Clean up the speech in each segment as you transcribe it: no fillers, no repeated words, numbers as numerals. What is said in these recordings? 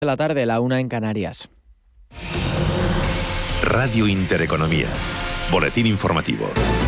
de la tarde, la 1 en Canarias. Radio Intereconomía. Boletín informativo.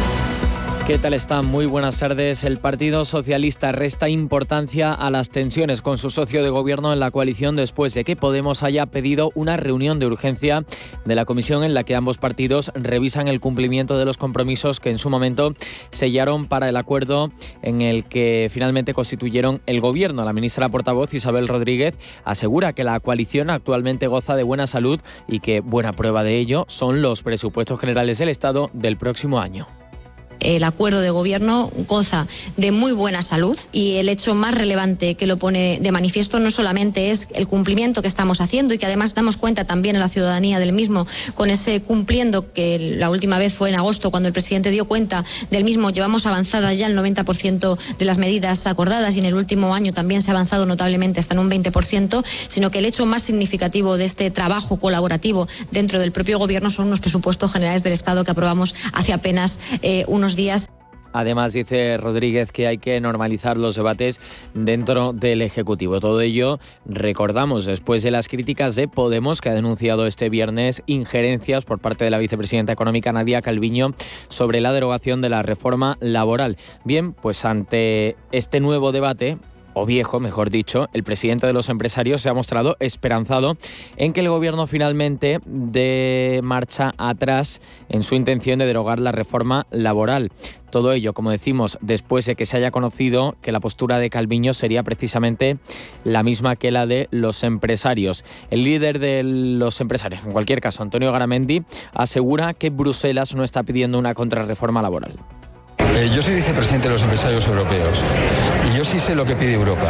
¿Qué tal están? Muy buenas tardes. El Partido Socialista resta importancia a las tensiones con su socio de gobierno en la coalición después de que Podemos haya pedido una reunión de urgencia de la comisión en la que ambos partidos revisan el cumplimiento de los compromisos que en su momento sellaron para el acuerdo en el que finalmente constituyeron el gobierno. La ministra portavoz Isabel Rodríguez asegura que la coalición actualmente goza de buena salud y que buena prueba de ello son los presupuestos generales del Estado del próximo año. El acuerdo de gobierno goza de muy buena salud y el hecho más relevante que lo pone de manifiesto no solamente es el cumplimiento que estamos haciendo y que además damos cuenta también a la ciudadanía del mismo con ese cumpliendo que la última vez fue en agosto cuando el presidente dio cuenta del mismo. Llevamos avanzada ya el 90% de las medidas acordadas y en el último año también se ha avanzado notablemente hasta en un 20%, sino que el hecho más significativo de este trabajo colaborativo dentro del propio gobierno son unos presupuestos generales del Estado que aprobamos hace apenas unos días. Además, dice Rodríguez que hay que normalizar los debates dentro del Ejecutivo. Todo ello, recordamos, después de las críticas de Podemos, que ha denunciado este viernes injerencias por parte de la vicepresidenta económica Nadia Calviño sobre la derogación de la reforma laboral. Bien, pues ante este nuevo debate, o viejo, mejor dicho, el presidente de los empresarios se ha mostrado esperanzado en que el gobierno finalmente dé marcha atrás en su intención de derogar la reforma laboral. Todo ello, como decimos, después de que se haya conocido que la postura de Calviño sería precisamente la misma que la de los empresarios. El líder de los empresarios, en cualquier caso, Antonio Garamendi, asegura que Bruselas no está pidiendo una contrarreforma laboral. Yo soy vicepresidente de los empresarios europeos y yo sí sé lo que pide Europa.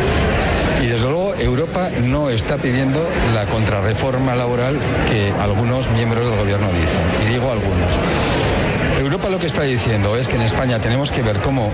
Y desde luego Europa no está pidiendo la contrarreforma laboral que algunos miembros del gobierno dicen. Y digo algunos. Europa lo que está diciendo es que en España tenemos que ver cómo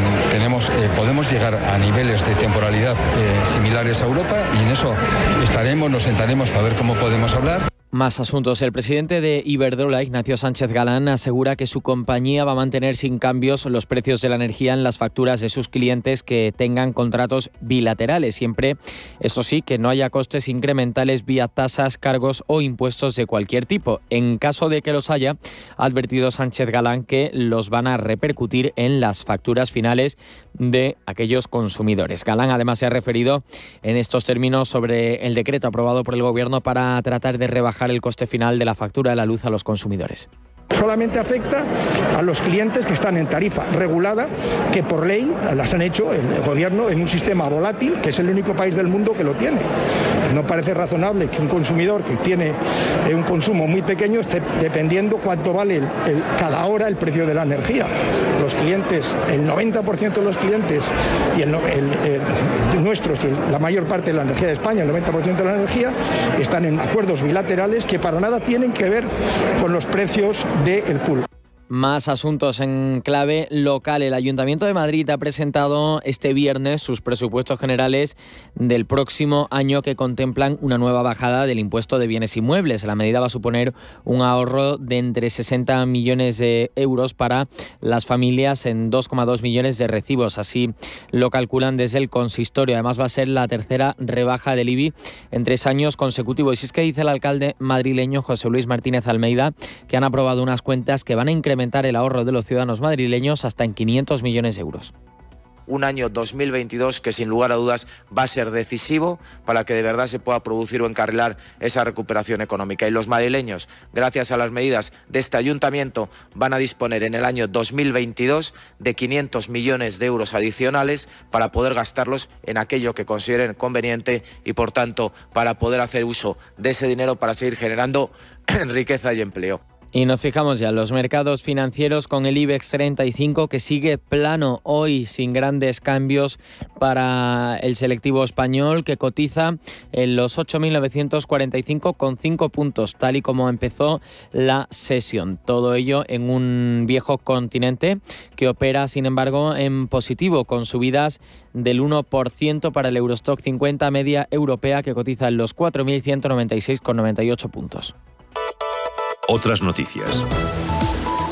podemos llegar a niveles de temporalidad similares a Europa y en eso nos sentaremos para ver cómo podemos hablar. Más asuntos. El presidente de Iberdrola, Ignacio Sánchez Galán, asegura que su compañía va a mantener sin cambios los precios de la energía en las facturas de sus clientes que tengan contratos bilaterales, siempre, eso sí, que no haya costes incrementales vía tasas, cargos o impuestos de cualquier tipo. En caso de que los haya, ha advertido Sánchez Galán que los van a repercutir en las facturas finales de aquellos consumidores. Galán además se ha referido en estos términos sobre el decreto aprobado por el Gobierno para tratar de rebajar el coste final de la factura de la luz a los consumidores. Solamente afecta a los clientes que están en tarifa regulada, que por ley las han hecho el gobierno en un sistema volátil, que es el único país del mundo que lo tiene. No parece razonable que un consumidor que tiene un consumo muy pequeño esté dependiendo cuánto vale cada hora el precio de la energía. Los clientes, el 90% de los clientes y nuestros y la mayor parte de la energía de España, el 90% de la energía, están en acuerdos bilaterales que para nada tienen que ver con los precios del pool. Más asuntos en clave local. El Ayuntamiento de Madrid ha presentado este viernes sus presupuestos generales del próximo año que contemplan una nueva bajada del impuesto de bienes inmuebles. La medida va a suponer un ahorro de entre 60 millones de euros para las familias en 2,2 millones de recibos. Así lo calculan desde el consistorio. Además va a ser la tercera rebaja del IBI en 3 años consecutivos. Y es que dice el alcalde madrileño José Luis Martínez Almeida que han aprobado unas cuentas que van a incrementar el ahorro de los ciudadanos madrileños hasta en 500 millones de euros. Un año 2022 que sin lugar a dudas va a ser decisivo para que de verdad se pueda producir o encarrilar esa recuperación económica. Y los madrileños, gracias a las medidas de este ayuntamiento, van a disponer en el año 2022 de 500 millones de euros adicionales para poder gastarlos en aquello que consideren conveniente y, por tanto, para poder hacer uso de ese dinero para seguir generando riqueza y empleo. Y nos fijamos ya en los mercados financieros con el IBEX 35 que sigue plano hoy sin grandes cambios para el selectivo español que cotiza en los 8.945 con 5 puntos tal y como empezó la sesión. Todo ello en un viejo continente que opera sin embargo en positivo con subidas del 1% para el Eurostock 50 media europea que cotiza en los 4.196 con 98 puntos. Otras noticias.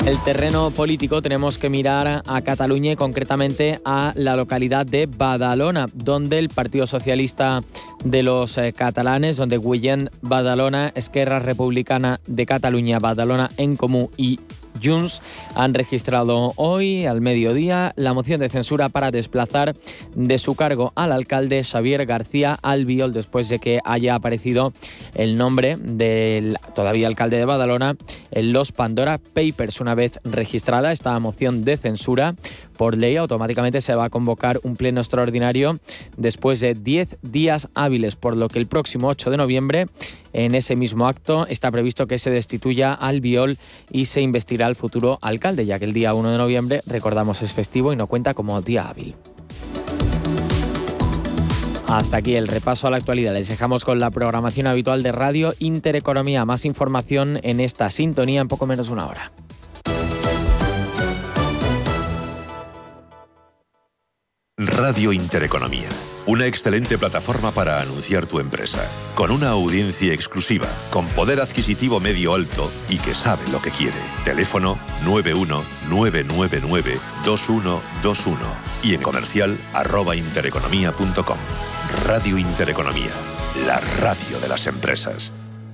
El terreno político tenemos que mirar a Cataluña y concretamente a la localidad de Badalona, donde el Partido Socialista de los catalanes, donde Guillem Badalona, Esquerra Republicana de Cataluña, Badalona en Comú y Junts han registrado hoy al mediodía la moción de censura para desplazar de su cargo al alcalde Xavier García Albiol después de que haya aparecido el nombre del todavía alcalde de Badalona en los Pandora Papers. Una vez registrada esta moción de censura, por ley automáticamente se va a convocar un pleno extraordinario después de 10 días hábiles, por lo que el próximo 8 de noviembre, en ese mismo acto, está previsto que se destituya a Albiol y se investirá al futuro alcalde, ya que el día 1 de noviembre, recordamos, es festivo y no cuenta como día hábil. Hasta aquí el repaso a la actualidad. Les dejamos con la programación habitual de Radio Intereconomía. Más información en esta sintonía en poco menos de una hora. Radio Intereconomía, una excelente plataforma para anunciar tu empresa, con una audiencia exclusiva, con poder adquisitivo medio alto y que sabe lo que quiere. Teléfono 919992121 y en comercial @intereconomía.com. Radio Intereconomía, la radio de las empresas.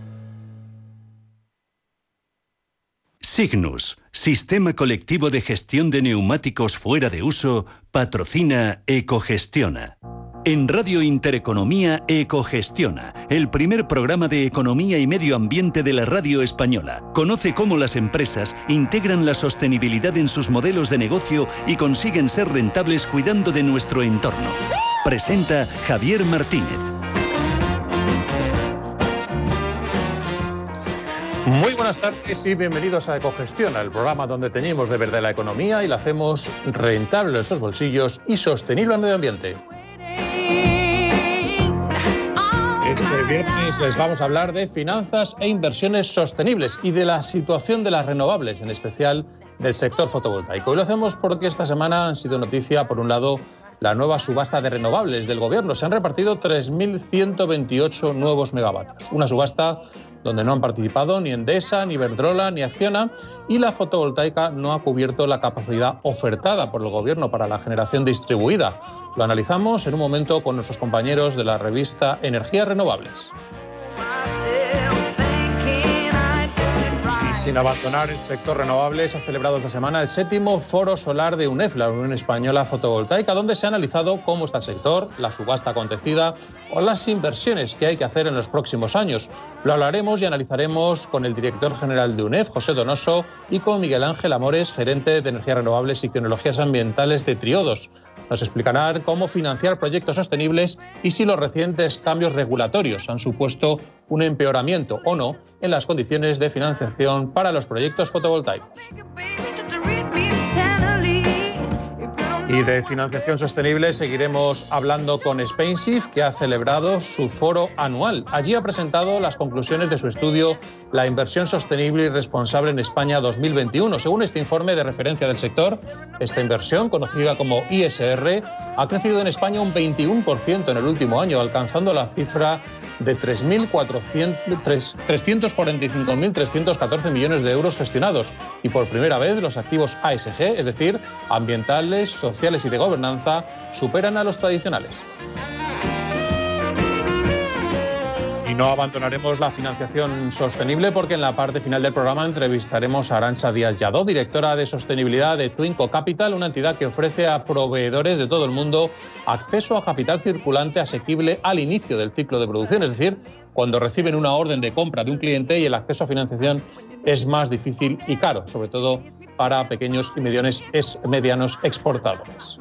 Signus, Sistema Colectivo de Gestión de Neumáticos Fuera de Uso, patrocina Ecogestiona. En Radio Intereconomía, Ecogestiona, el primer programa de economía y medio ambiente de la radio española. Conoce cómo las empresas integran la sostenibilidad en sus modelos de negocio y consiguen ser rentables cuidando de nuestro entorno. Presenta Javier Martínez. Muy buenas tardes y bienvenidos a Ecogestión, el programa donde teñimos de verde la economía y la hacemos rentable en nuestros bolsillos y sostenible al medio ambiente. Este viernes les vamos a hablar de finanzas e inversiones sostenibles y de la situación de las renovables, en especial del sector fotovoltaico. Y lo hacemos porque esta semana han sido noticia, por un lado, la nueva subasta de renovables del Gobierno. Se han repartido 3.128 nuevos megavatios. Una subasta donde no han participado ni Endesa, ni Iberdrola, ni Acciona, y la fotovoltaica no ha cubierto la capacidad ofertada por el Gobierno para la generación distribuida. Lo analizamos en un momento con nuestros compañeros de la revista Energías Renovables. Sin abandonar el sector renovable, se ha celebrado esta semana el 7º Foro Solar de UNEF, la Unión Española Fotovoltaica, donde se ha analizado cómo está el sector, la subasta acontecida o las inversiones que hay que hacer en los próximos años. Lo hablaremos y analizaremos con el director general de UNEF, José Donoso, y con Miguel Ángel Amores, gerente de Energías Renovables y Tecnologías Ambientales de Triodos. Nos explicarán cómo financiar proyectos sostenibles y si los recientes cambios regulatorios han supuesto un empeoramiento o no en las condiciones de financiación para los proyectos fotovoltaicos. Y de financiación sostenible seguiremos hablando con Spainshift, que ha celebrado su foro anual. Allí ha presentado las conclusiones de su estudio La inversión sostenible y responsable en España 2021. Según este informe de referencia del sector, esta inversión, conocida como ISR, ha crecido en España un 21% en el último año, alcanzando la cifra de 345.314 millones de euros gestionados. Y por primera vez los activos ASG, es decir, ambientales, sociales y de gobernanza, superan a los tradicionales. Y no abandonaremos la financiación sostenible porque en la parte final del programa entrevistaremos a Arantxa Díaz Lladó, directora de sostenibilidad de Twinco Capital, una entidad que ofrece a proveedores de todo el mundo acceso a capital circulante asequible al inicio del ciclo de producción, es decir, cuando reciben una orden de compra de un cliente y el acceso a financiación es más difícil y caro, sobre todo para pequeños y medianos exportadores.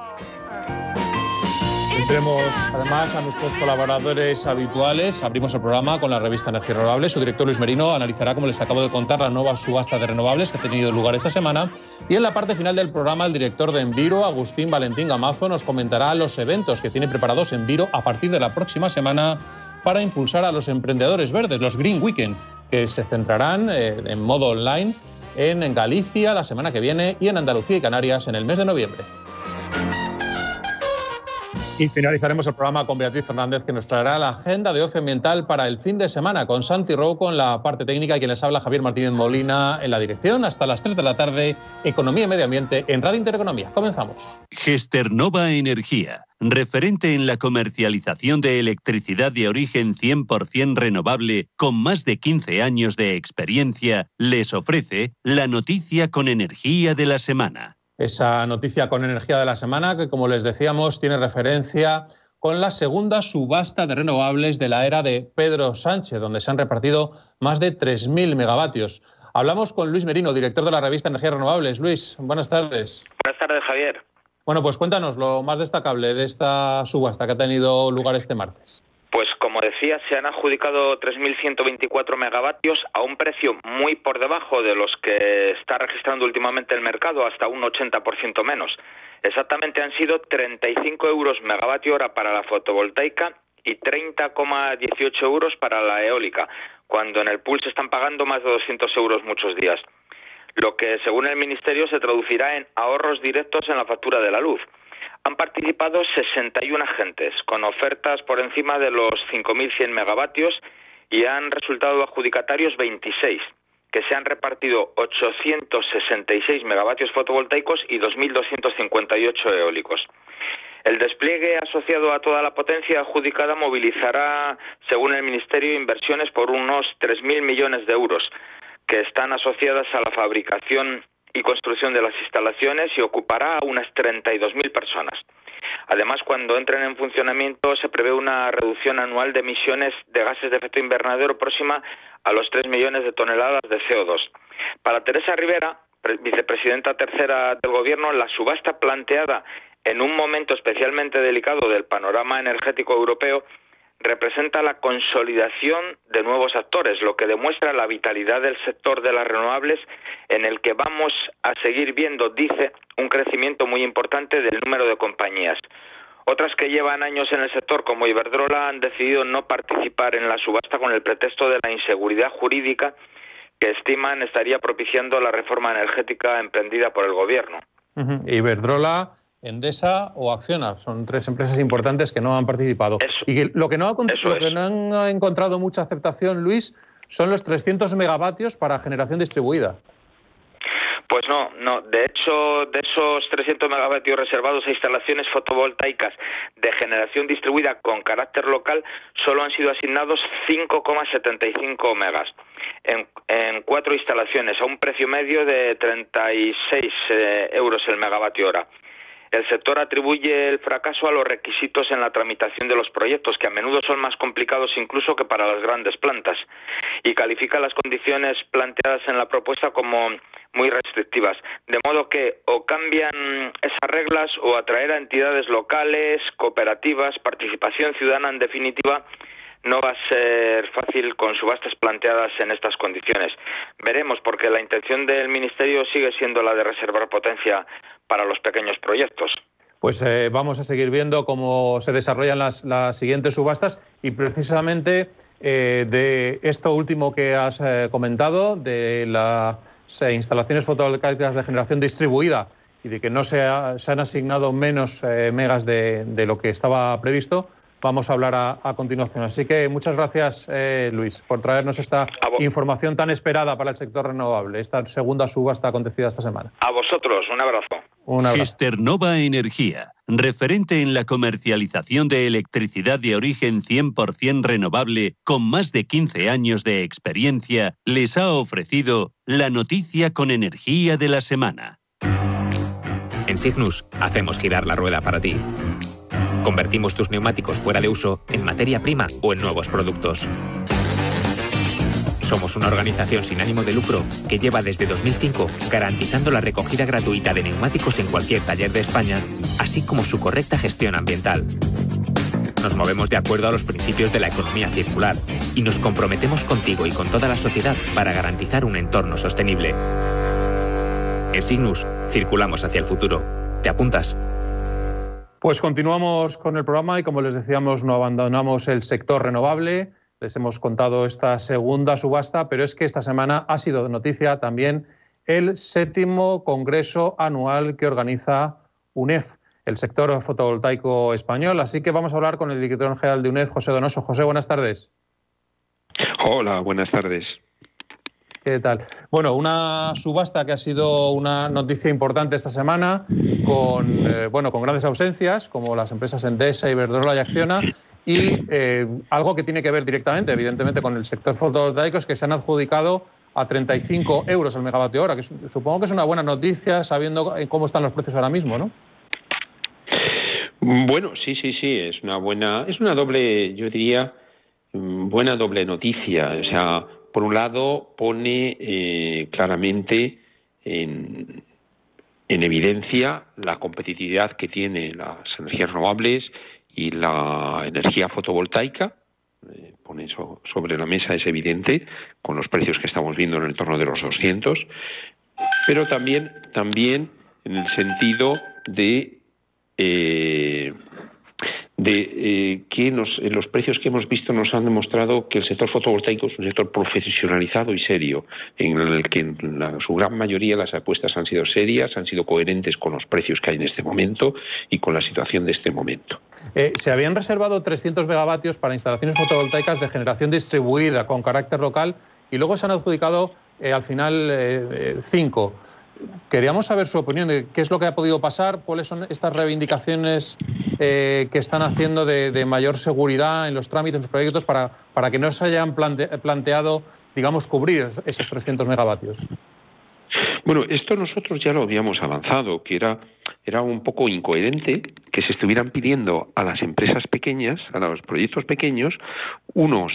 Tendremos además a nuestros colaboradores habituales. Abrimos el programa con la revista Energías Renovables. Su director Luis Merino analizará, como les acabo de contar, la nueva subasta de renovables que ha tenido lugar esta semana. Y en la parte final del programa, el director de Enviro, Agustín Valentín Gamazo, nos comentará los eventos que tiene preparados Enviro a partir de la próxima semana para impulsar a los emprendedores verdes, los Green Weekend, que se centrarán en modo online en Galicia la semana que viene y en Andalucía y Canarias en el mes de noviembre. Y finalizaremos el programa con Beatriz Fernández, que nos traerá la agenda de ocio ambiental para el fin de semana, con Santi Rouco en la parte técnica y quien les habla, Javier Martínez Molina, en la dirección. Hasta las 3 de la tarde, Economía y Medio Ambiente en Radio Intereconomía. Comenzamos. Gesternova Energía, referente en la comercialización de electricidad de origen 100% renovable con más de 15 años de experiencia, les ofrece la noticia con energía de la semana. Esa noticia con energía de la semana que, como les decíamos, tiene referencia con la segunda subasta de renovables de la era de Pedro Sánchez, donde se han repartido más de 3.000 megavatios. Hablamos con Luis Merino, director de la revista Energías Renovables. Luis, buenas tardes. Buenas tardes, Javier. Bueno, pues cuéntanos lo más destacable de esta subasta que ha tenido lugar este martes. Pues como decía, se han adjudicado 3.124 megavatios a un precio muy por debajo de los que está registrando últimamente el mercado, hasta un 80% menos. Exactamente han sido 35 euros megavatio hora para la fotovoltaica y 30,18 euros para la eólica, cuando en el pool se están pagando más de 200 euros muchos días, lo que según el Ministerio se traducirá en ahorros directos en la factura de la luz. Han participado 61 agentes, con ofertas por encima de los 5.100 megavatios y han resultado adjudicatarios 26, que se han repartido 866 megavatios fotovoltaicos y 2.258 eólicos. El despliegue asociado a toda la potencia adjudicada movilizará, según el Ministerio, inversiones por unos 3.000 millones de euros, que están asociadas a la fabricación y construcción de las instalaciones y ocupará a unas 32.000 personas. Además, cuando entren en funcionamiento, se prevé una reducción anual de emisiones de gases de efecto invernadero próxima a los 3 millones de toneladas de CO2. Para Teresa Rivera, vicepresidenta tercera del Gobierno, la subasta planteada en un momento especialmente delicado del panorama energético europeo representa la consolidación de nuevos actores, lo que demuestra la vitalidad del sector de las renovables, en el que vamos a seguir viendo, dice, un crecimiento muy importante del número de compañías. Otras que llevan años en el sector, como Iberdrola, han decidido no participar en la subasta con el pretexto de la inseguridad jurídica que estiman estaría propiciando la reforma energética emprendida por el Gobierno. Iberdrola, Endesa o Acciona son tres empresas importantes que no han participado. Y que lo que no han encontrado mucha aceptación, Luis, son los 300 megavatios para generación distribuida. Pues no. De hecho, de esos 300 megavatios reservados a instalaciones fotovoltaicas de generación distribuida con carácter local, solo han sido asignados 5,75 megas en 4 instalaciones, a un precio medio de 36 euros el megavatio hora. El sector atribuye el fracaso a los requisitos en la tramitación de los proyectos, que a menudo son más complicados incluso que para las grandes plantas, y califica las condiciones planteadas en la propuesta como muy restrictivas, de modo que o cambian esas reglas o atraer a entidades locales, cooperativas, participación ciudadana, en definitiva, no va a ser fácil con subastas planteadas en estas condiciones. Veremos, porque la intención del Ministerio sigue siendo la de reservar potencia para los pequeños proyectos. Pues vamos a seguir viendo cómo se desarrollan las siguientes subastas y precisamente de esto último que has comentado, de las instalaciones fotovoltaicas de generación distribuida y de que no se han asignado menos megas de lo que estaba previsto, vamos a hablar a continuación. Así que muchas gracias, Luis, por traernos esta información tan esperada para el sector renovable, esta segunda subasta acontecida esta semana. A vosotros, un abrazo. Gesternova Energía, referente en la comercialización de electricidad de origen 100% renovable con más de 15 años de experiencia, les ha ofrecido la noticia con energía de la semana. En Signus hacemos girar la rueda para ti. Convertimos tus neumáticos fuera de uso en materia prima o en nuevos productos. Somos una organización sin ánimo de lucro que lleva desde 2005 garantizando la recogida gratuita de neumáticos en cualquier taller de España, así como su correcta gestión ambiental. Nos movemos de acuerdo a los principios de la economía circular y nos comprometemos contigo y con toda la sociedad para garantizar un entorno sostenible. En Signus, circulamos hacia el futuro. ¿Te apuntas? Pues continuamos con el programa y, como les decíamos, no abandonamos el sector renovable. Les hemos contado esta segunda subasta, pero es que esta semana ha sido noticia también el 7º Congreso Anual que organiza UNEF, el sector fotovoltaico español. Así que vamos a hablar con el director general de UNED, José Donoso. José, buenas tardes. Hola, buenas tardes. ¿Qué tal? Bueno, una subasta que ha sido una noticia importante esta semana con grandes ausencias, como las empresas Endesa, Iberdrola y Acciona, y algo que tiene que ver directamente, evidentemente, con el sector fotovoltaico, es que se han adjudicado a 35 euros el megavatio hora, que supongo que es una buena noticia sabiendo cómo están los precios ahora mismo, ¿no? Bueno, sí, es una doble, yo diría, buena doble noticia. O sea, por un lado pone claramente en evidencia la competitividad que tienen las energías renovables y la energía fotovoltaica. Pone eso sobre la mesa, es evidente, con los precios que estamos viendo en el entorno de los 200, pero también en el sentido de que los precios que hemos visto nos han demostrado que el sector fotovoltaico es un sector profesionalizado y serio, en el que en su gran mayoría las apuestas han sido serias, han sido coherentes con los precios que hay en este momento y con la situación de este momento. Se habían reservado 300 megavatios para instalaciones fotovoltaicas de generación distribuida con carácter local y luego se han adjudicado al final 5. Queríamos saber su opinión de qué es lo que ha podido pasar, cuáles son estas reivindicaciones que están haciendo de mayor seguridad en los trámites, en los proyectos, para que no se hayan planteado, digamos, cubrir esos 300 megavatios. Bueno, esto nosotros ya lo habíamos avanzado, que era un poco incoherente que se estuvieran pidiendo a las empresas pequeñas, a los proyectos pequeños, unos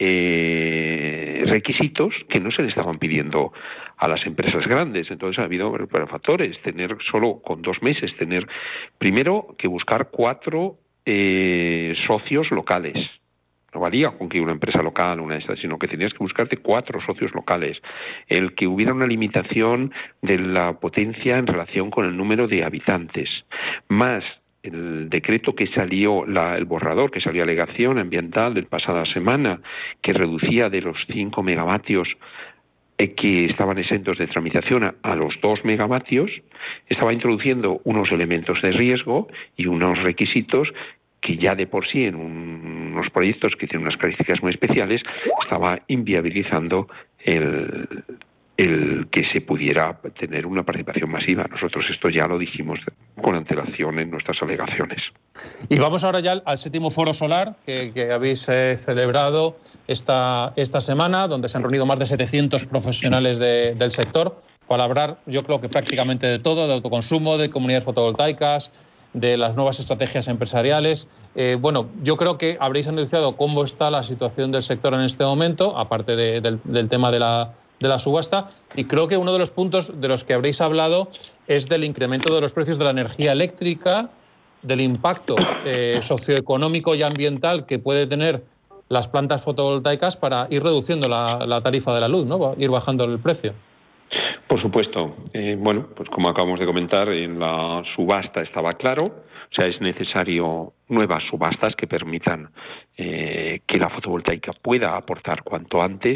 requisitos que no se le estaban pidiendo a las empresas grandes. Entonces ha habido factores, tener solo con 2 meses, tener primero que buscar 4 socios locales. No valía con que una empresa local, una de estas, sino que tenías que buscarte 4 socios locales. El que hubiera una limitación de la potencia en relación con el número de habitantes, más el decreto que salió, el borrador que salió, alegación ambiental del pasada semana, que reducía de los 5 megavatios que estaban exentos de tramitación a los 2 megavatios, estaba introduciendo unos elementos de riesgo y unos requisitos que ya de por sí en unos proyectos que tienen unas características muy especiales estaba inviabilizando el que se pudiera tener una participación masiva. Nosotros esto ya lo dijimos con antelación en nuestras alegaciones. Y vamos ahora ya al 7º Foro Solar que habéis celebrado esta semana, donde se han reunido más de 700 profesionales del sector para hablar, yo creo que prácticamente de todo, de autoconsumo, de comunidades fotovoltaicas, de las nuevas estrategias empresariales. Yo creo que habréis anunciado cómo está la situación del sector en este momento, aparte del tema de la subasta, y creo que uno de los puntos de los que habréis hablado es del incremento de los precios de la energía eléctrica, del impacto socioeconómico y ambiental que puede tener las plantas fotovoltaicas para ir reduciendo la tarifa de la luz, ¿no? Ir bajando el precio. Por supuesto. Pues como acabamos de comentar, en la subasta estaba claro, o sea, es necesario nuevas subastas que permitan que la fotovoltaica pueda aportar cuanto antes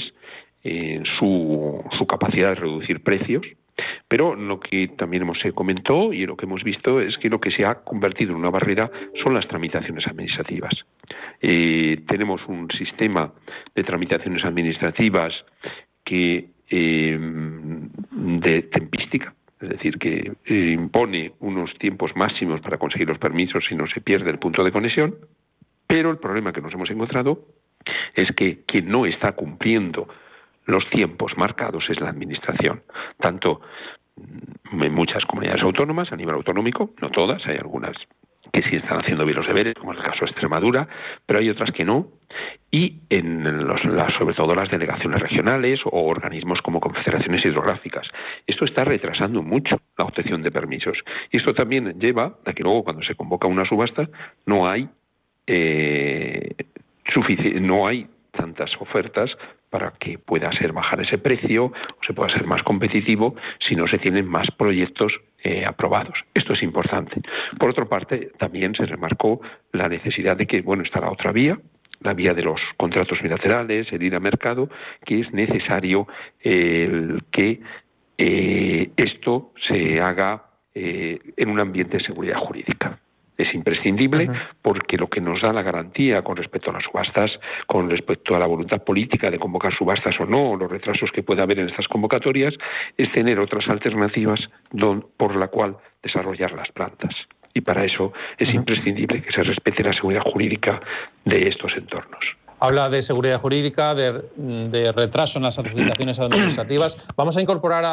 su capacidad de reducir precios, pero lo que también se comentó y lo que hemos visto es que lo que se ha convertido en una barrera son las tramitaciones administrativas. Tenemos un sistema de tramitaciones administrativas que de tempística, es decir, que impone unos tiempos máximos para conseguir los permisos si no se pierde el punto de conexión, pero el problema que nos hemos encontrado es que quien no está cumpliendo los tiempos marcados es la Administración, tanto en muchas comunidades autónomas a nivel autonómico, no todas, hay algunas que sí están haciendo bien los deberes, como es el caso de Extremadura, pero hay otras que no, y sobre todo las delegaciones regionales o organismos como confederaciones hidrográficas. Esto está retrasando mucho la obtención de permisos, y esto también lleva a que luego cuando se convoca una subasta no hay tantas ofertas para que pueda bajar ese precio o se pueda ser más competitivo si no se tienen más proyectos aprobados. Esto es importante. Por otra parte, también se remarcó la necesidad de que, está la otra vía, la vía de los contratos bilaterales, el ir a mercado, que es necesario que esto se haga en un ambiente de seguridad jurídica. Es imprescindible porque lo que nos da la garantía con respecto a las subastas, con respecto a la voluntad política de convocar subastas o no, los retrasos que pueda haber en estas convocatorias, es tener otras alternativas por la cual desarrollar las plantas. Y para eso es imprescindible que se respete la seguridad jurídica de estos entornos. Habla de seguridad jurídica, de retraso en las adjudicaciones administrativas. Vamos a incorporar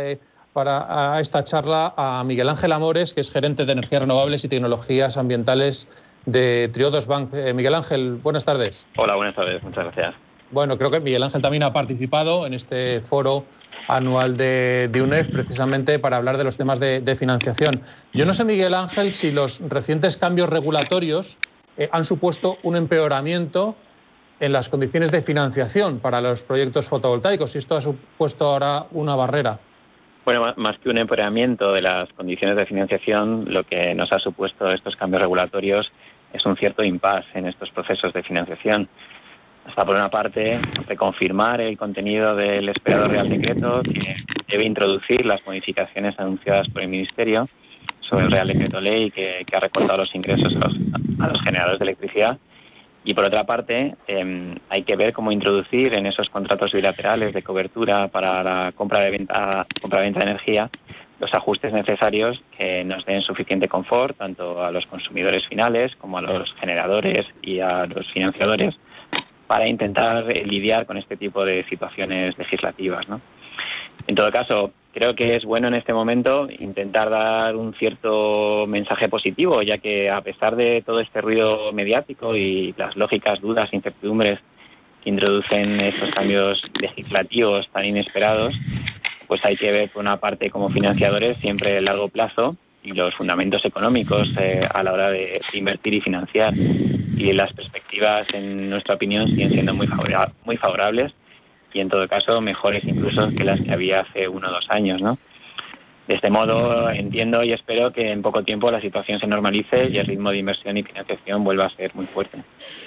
a esta charla a Miguel Ángel Amores, que es gerente de energías renovables y tecnologías ambientales de Triodos Bank. Miguel Ángel, buenas tardes. Hola, buenas tardes, muchas gracias. Bueno, creo que Miguel Ángel también ha participado en este foro anual de UNEF, precisamente para hablar de los temas de financiación. Yo no sé, Miguel Ángel, si los recientes cambios regulatorios han supuesto un empeoramiento en las condiciones de financiación para los proyectos fotovoltaicos, si esto ha supuesto ahora una barrera. Bueno, más que un empeoramiento de las condiciones de financiación, lo que nos ha supuesto estos cambios regulatorios es un cierto impasse en estos procesos de financiación. Hasta por una parte, reconfirmar el contenido del esperado Real Decreto, que debe introducir las modificaciones anunciadas por el Ministerio sobre el Real Decreto Ley que ha recortado los ingresos a los generadores de electricidad. Y por otra parte, hay que ver cómo introducir en esos contratos bilaterales de cobertura para la compra-venta de energía los ajustes necesarios que nos den suficiente confort tanto a los consumidores finales como a los generadores y a los financiadores para intentar lidiar con este tipo de situaciones legislativas, ¿no? En todo caso, creo que es bueno en este momento intentar dar un cierto mensaje positivo, ya que a pesar de todo este ruido mediático y las lógicas dudas e incertidumbres que introducen estos cambios legislativos tan inesperados, pues hay que ver por una parte como financiadores siempre el largo plazo y los fundamentos económicos a la hora de invertir y financiar. Y las perspectivas, en nuestra opinión, siguen siendo muy favorables y en todo caso mejores incluso que las que había hace 1 o 2 años, ¿no? De este modo entiendo y espero que en poco tiempo la situación se normalice y el ritmo de inversión y financiación vuelva a ser muy fuerte.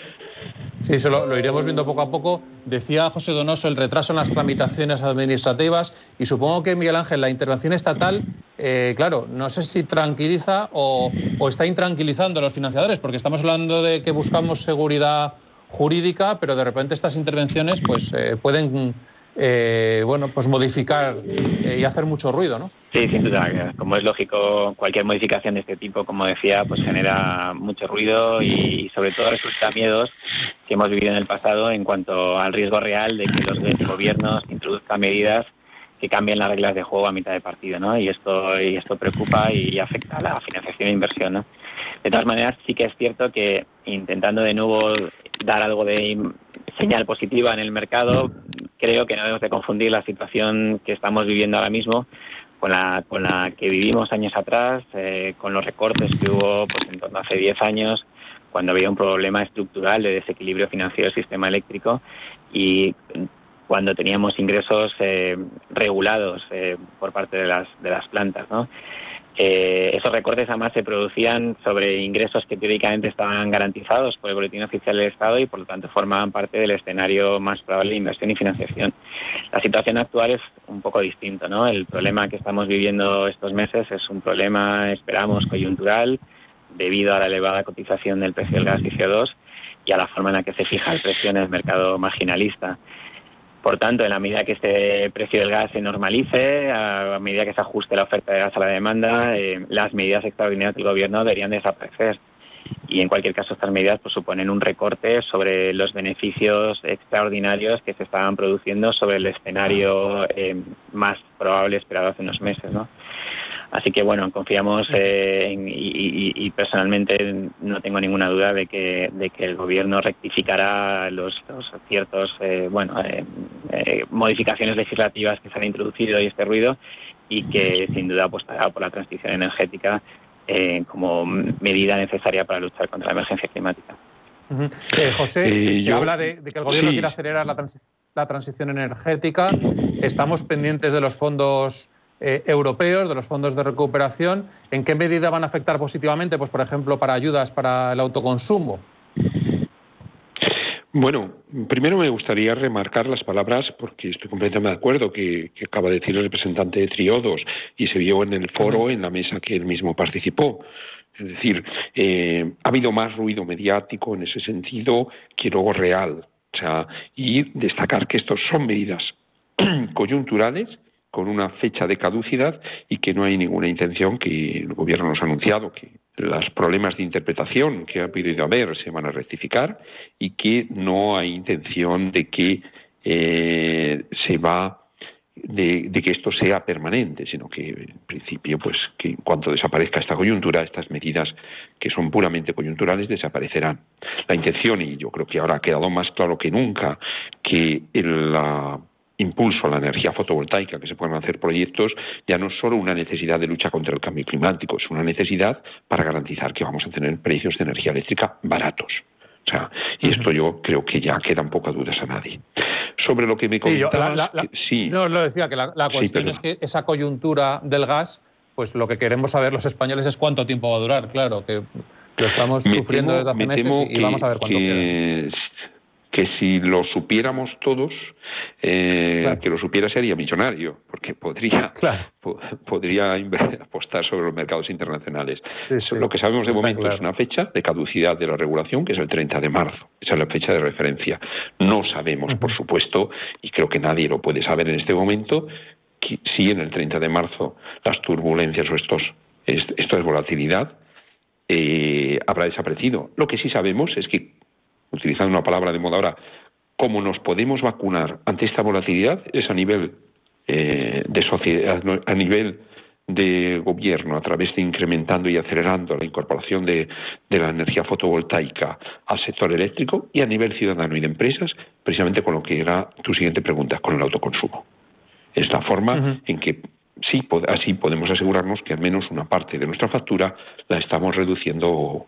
Sí, eso lo iremos viendo poco a poco. Decía José Donoso el retraso en las tramitaciones administrativas y supongo que, Miguel Ángel, la intervención estatal, claro, no sé si tranquiliza o está intranquilizando a los financiadores, porque estamos hablando de que buscamos seguridad jurídica, pero de repente estas intervenciones pues pueden pues modificar y hacer mucho ruido, ¿no? Sí, sin duda. Como es lógico, cualquier modificación de este tipo, como decía, pues genera mucho ruido y sobre todo resulta miedos que hemos vivido en el pasado en cuanto al riesgo real de que los gobiernos introduzcan medidas que cambien las reglas de juego a mitad de partido, ¿no? Y esto preocupa y afecta a la financiación e inversión, ¿no? De todas maneras, sí que es cierto que intentando de nuevo dar algo de señal positiva en el mercado, creo que no debemos de confundir la situación que estamos viviendo ahora mismo con la que vivimos años atrás, con los recortes que hubo pues en torno a hace 10 años, cuando había un problema estructural de desequilibrio financiero del sistema eléctrico y cuando teníamos ingresos regulados por parte de las plantas, ¿no? Esos recortes además se producían sobre ingresos que teóricamente estaban garantizados por el Boletín Oficial del Estado y por lo tanto formaban parte del escenario más probable de inversión y financiación. La situación actual es un poco distinta, ¿no? El problema que estamos viviendo estos meses es un problema, esperamos, coyuntural, debido a la elevada cotización del precio del gas y CO2 y a la forma en la que se fija el precio en el mercado marginalista. Por tanto, en la medida que este precio del gas se normalice, a medida que se ajuste la oferta de gas a la demanda, las medidas extraordinarias del Gobierno deberían desaparecer. Y en cualquier caso, estas medidas pues, suponen un recorte sobre los beneficios extraordinarios que se estaban produciendo sobre el escenario más probable esperado hace unos meses, ¿no? Así que bueno, confiamos y personalmente no tengo ninguna duda de que el Gobierno rectificará los ciertos modificaciones legislativas que se han introducido y este ruido y que sin duda apostará por la transición energética como medida necesaria para luchar contra la emergencia climática. José, se habla de que el Gobierno quiere acelerar la transición energética. Estamos pendientes de los fondos europeos, de los fondos de recuperación. ¿En qué medida van a afectar positivamente, pues por ejemplo, para ayudas para el autoconsumo? Bueno, primero me gustaría remarcar las palabras, porque estoy completamente de acuerdo que acaba de decir el representante de Triodos y se vio en el foro, en la mesa que él mismo participó. Es decir, ha habido más ruido mediático en ese sentido que luego real. O sea, y destacar que estos son medidas coyunturales con una fecha de caducidad y que no hay ninguna intención, que el Gobierno nos ha anunciado que los problemas de interpretación que ha podido haber se van a rectificar y que no hay intención de que de que esto sea permanente, sino que en principio, pues que en cuanto desaparezca esta coyuntura, estas medidas que son puramente coyunturales desaparecerán. La intención, y yo creo que ahora ha quedado más claro que nunca, que el impulso a la energía fotovoltaica, que se puedan hacer proyectos, ya no es solo una necesidad de lucha contra el cambio climático, es una necesidad para garantizar que vamos a tener precios de energía eléctrica baratos. O sea, y esto yo creo que ya quedan pocas dudas a nadie. Sobre lo que me comentabas... No, lo decía, que la cuestión es que esa coyuntura del gas, pues lo que queremos saber los españoles es cuánto tiempo va a durar, claro, que lo estamos sufriendo desde hace meses y vamos a ver cuánto queda. Que si lo supiéramos todos, que lo supiera sería millonario, porque podría apostar sobre los mercados internacionales. Lo que sabemos de momento es una fecha de caducidad de la regulación, que es el 30 de marzo. Esa es la fecha de referencia. No sabemos, por supuesto, y creo que nadie lo puede saber en este momento, que si en el 30 de marzo las turbulencias o esto es volatilidad, habrá desaparecido. Lo que sí sabemos es que, utilizando una palabra de moda ahora, cómo nos podemos vacunar ante esta volatilidad es a nivel de sociedad, a nivel de gobierno, a través de incrementando y acelerando la incorporación de la energía fotovoltaica al sector eléctrico, y a nivel ciudadano y de empresas, precisamente con lo que era tu siguiente pregunta, con el autoconsumo. Es la forma en que sí, así podemos asegurarnos que al menos una parte de nuestra factura la estamos reduciendo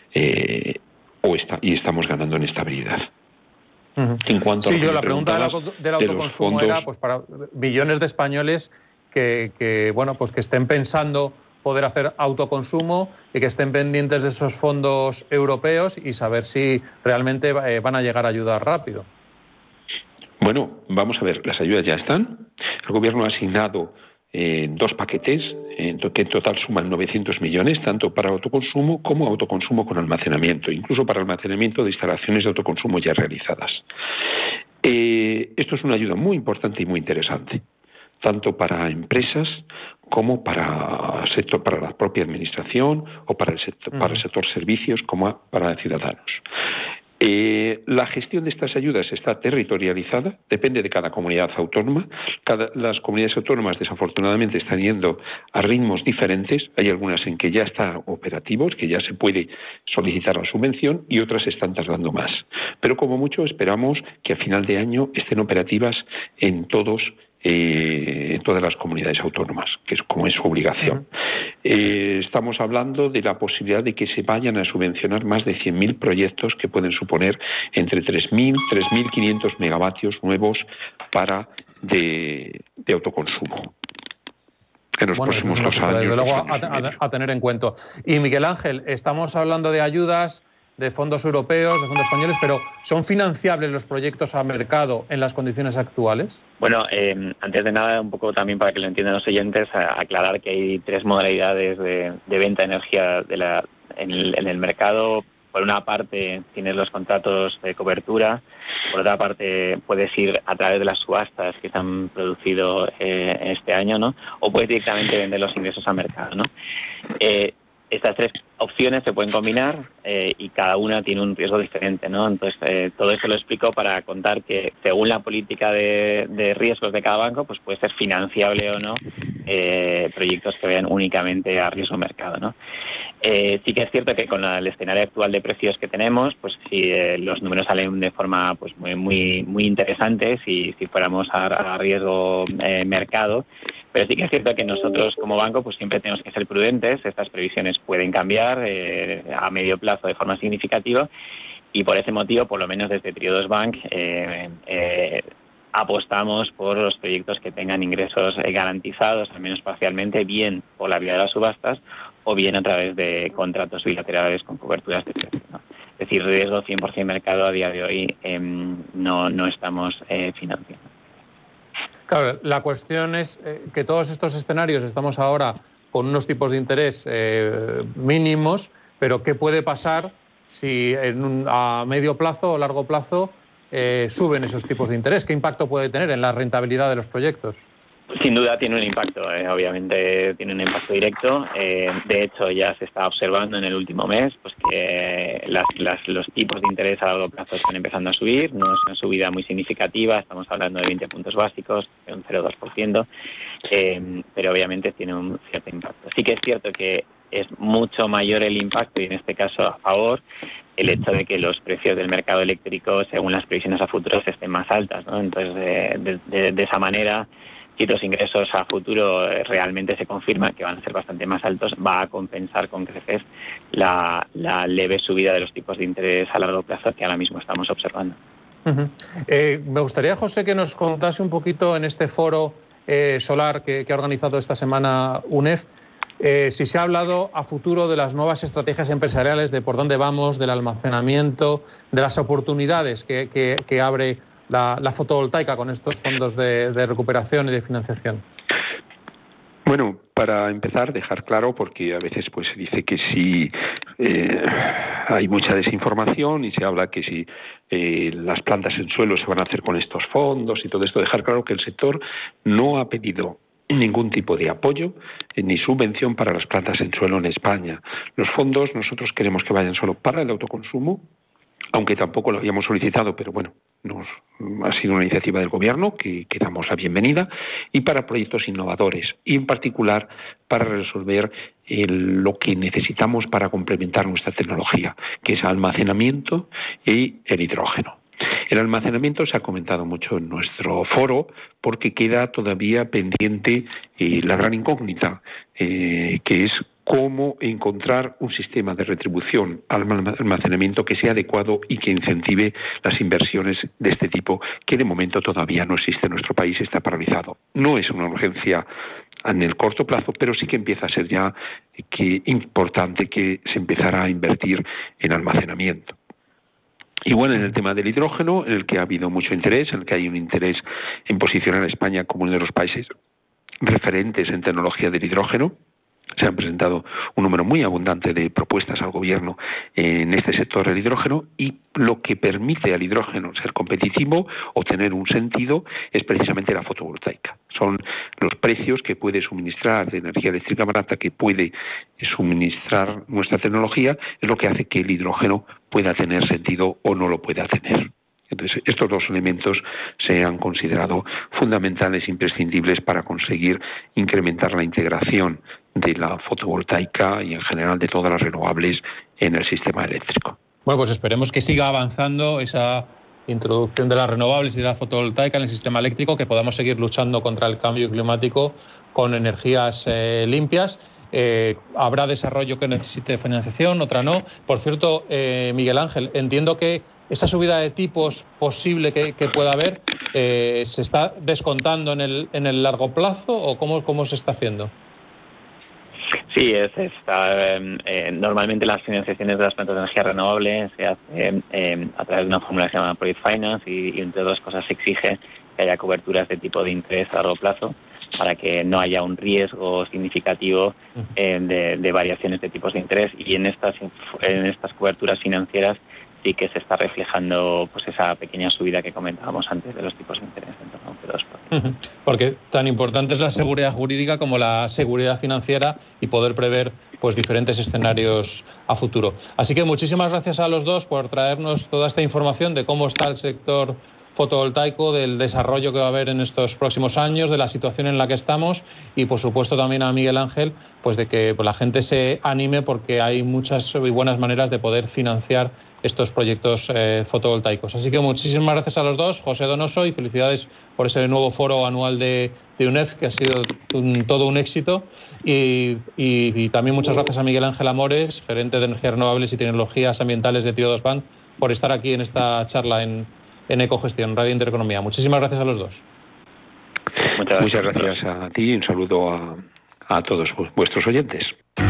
y estamos ganando en estabilidad. En cuanto a la pregunta del autoconsumo fondos, era pues para millones de españoles que bueno, pues que estén pensando poder hacer autoconsumo y que estén pendientes de esos fondos europeos y saber si realmente van a llegar a ayudar rápido. Bueno, vamos a ver, las ayudas ya están. El Gobierno ha asignado 2 paquetes, que en total suman 900 millones, tanto para autoconsumo como autoconsumo con almacenamiento, incluso para almacenamiento de instalaciones de autoconsumo ya realizadas. Esto es una ayuda muy importante y muy interesante, tanto para empresas como para la propia administración o para el sector servicios como para ciudadanos. La gestión de estas ayudas está territorializada, depende de cada comunidad autónoma. Las comunidades autónomas, desafortunadamente, están yendo a ritmos diferentes. Hay algunas en que ya están operativos, que ya se puede solicitar la subvención, y otras están tardando más. Pero como mucho esperamos que a final de año estén operativas en todas las comunidades autónomas, que es como es su obligación. Estamos hablando de la posibilidad de que se vayan a subvencionar más de 100.000 proyectos que pueden suponer entre 3.000 y 3.500 megavatios nuevos de autoconsumo en los próximos 2 años. Desde luego a tener en cuenta. Y Miguel Ángel, estamos hablando de ayudas, de fondos europeos, de fondos españoles, pero ¿son financiables los proyectos a mercado en las condiciones actuales? Bueno, antes de nada, un poco también para que lo entiendan los oyentes, aclarar que hay 3 modalidades de venta de energía en el mercado. Por una parte tienes los contratos de cobertura, por otra parte puedes ir a través de las subastas que se han producido este año, ¿no? O puedes directamente vender los ingresos al mercado, ¿no? Estas 3 opciones se pueden combinar y cada una tiene un riesgo diferente, ¿no? Entonces, todo esto lo explico para contar que según la política de riesgos de cada banco, pues puede ser financiable o no proyectos que vayan únicamente a riesgo mercado, ¿no? Sí que es cierto que con el escenario actual de precios que tenemos, pues si los números salen de forma pues muy interesante si fuéramos a riesgo mercado. Pero sí que es cierto que nosotros como banco pues siempre tenemos que ser prudentes. Estas previsiones pueden cambiar a medio plazo de forma significativa, y por ese motivo, por lo menos desde Triodos Bank, apostamos por los proyectos que tengan ingresos garantizados, al menos parcialmente, bien por la vía de las subastas o bien a través de contratos bilaterales con coberturas de precio, ¿no? Es decir, riesgo 100% mercado a día de hoy no estamos financiando. Claro, la cuestión es que todos estos escenarios estamos ahora con unos tipos de interés mínimos, pero ¿qué puede pasar si a medio plazo o largo plazo suben esos tipos de interés? ¿Qué impacto puede tener en la rentabilidad de los proyectos? Sin duda tiene un impacto, obviamente tiene un impacto directo. De hecho, ya se está observando en el último mes pues que los tipos de interés a largo plazo están empezando a subir. No es una subida muy significativa, estamos hablando de 20 puntos básicos, de un 0,2%, pero obviamente tiene un cierto impacto. Sí que es cierto que es mucho mayor el impacto, y en este caso a favor, el hecho de que los precios del mercado eléctrico, según las previsiones a futuro, estén más altas, ¿no? Entonces, de esa manera, si los ingresos a futuro realmente se confirman que van a ser bastante más altos, va a compensar con creces la leve subida de los tipos de interés a largo plazo que ahora mismo estamos observando. Me gustaría, José, que nos contase un poquito en este foro solar que ha organizado esta semana UNEF, si se ha hablado a futuro de las nuevas estrategias empresariales, de por dónde vamos, del almacenamiento, de las oportunidades que abre la fotovoltaica con estos fondos de recuperación y de financiación. Bueno, para empezar, dejar claro, porque a veces pues se dice que si hay mucha desinformación y se habla que si las plantas en suelo se van a hacer con estos fondos y todo esto, dejar claro que el sector no ha pedido ningún tipo de apoyo ni subvención para las plantas en suelo en España. Los fondos nosotros queremos que vayan solo para el autoconsumo, aunque tampoco lo habíamos solicitado, pero bueno, ha sido una iniciativa del Gobierno que damos la bienvenida, y para proyectos innovadores, y en particular para resolver lo que necesitamos para complementar nuestra tecnología, que es almacenamiento y el hidrógeno. El almacenamiento se ha comentado mucho en nuestro foro porque queda todavía pendiente la gran incógnita, que es cómo encontrar un sistema de retribución al almacenamiento que sea adecuado y que incentive las inversiones de este tipo, que de momento todavía no existe en nuestro país, está paralizado. No es una urgencia en el corto plazo, pero sí que empieza a ser ya importante que se empezara a invertir en almacenamiento. Igual en el tema del hidrógeno, en el que ha habido mucho interés, en el que hay un interés en posicionar a España como uno de los países referentes en tecnología del hidrógeno. Se han presentado un número muy abundante de propuestas al Gobierno en este sector del hidrógeno, y lo que permite al hidrógeno ser competitivo o tener un sentido es precisamente la fotovoltaica. Son los precios que puede suministrar de energía eléctrica barata, que puede suministrar nuestra tecnología, es lo que hace que el hidrógeno pueda tener sentido o no lo pueda tener. Entonces, estos dos elementos se han considerado fundamentales e imprescindibles para conseguir incrementar la integración de la fotovoltaica y en general de todas las renovables en el sistema eléctrico. Bueno, pues esperemos que siga avanzando esa introducción de las renovables y de la fotovoltaica en el sistema eléctrico, que podamos seguir luchando contra el cambio climático con energías limpias. Habrá desarrollo que necesite financiación, otra no. Por cierto, Miguel Ángel, entiendo que esa subida de tipos posible que pueda haber, ¿se está descontando en el largo plazo o cómo se está haciendo? Sí, normalmente las financiaciones de las plantas de energía renovable se hacen a través de una fórmula que se llama Project Finance, y entre otras cosas se exige que haya coberturas de tipo de interés a largo plazo para que no haya un riesgo significativo de variaciones de tipos de interés, y en estas coberturas financieras sí que se está reflejando pues esa pequeña subida que comentábamos antes de los tipos de interés en torno a un 2%. Porque tan importante es la seguridad jurídica como la seguridad financiera y poder prever pues diferentes escenarios a futuro. Así que muchísimas gracias a los dos por traernos toda esta información de cómo está el sector fotovoltaico, del desarrollo que va a haber en estos próximos años, de la situación en la que estamos, y por supuesto también a Miguel Ángel, pues de que la gente se anime, porque hay muchas y buenas maneras de poder financiar estos proyectos fotovoltaicos. Así que muchísimas gracias a los dos, José Donoso, y felicidades por ese nuevo foro anual de UNEF, que ha sido todo un éxito, y también muchas gracias a Miguel Ángel Amores, gerente de energías renovables y tecnologías ambientales de Triodos Bank, por estar aquí en esta charla en Ecogestión, Radio Intereconomía. Muchísimas gracias a los dos. Muchas gracias a ti y un saludo a todos vuestros oyentes.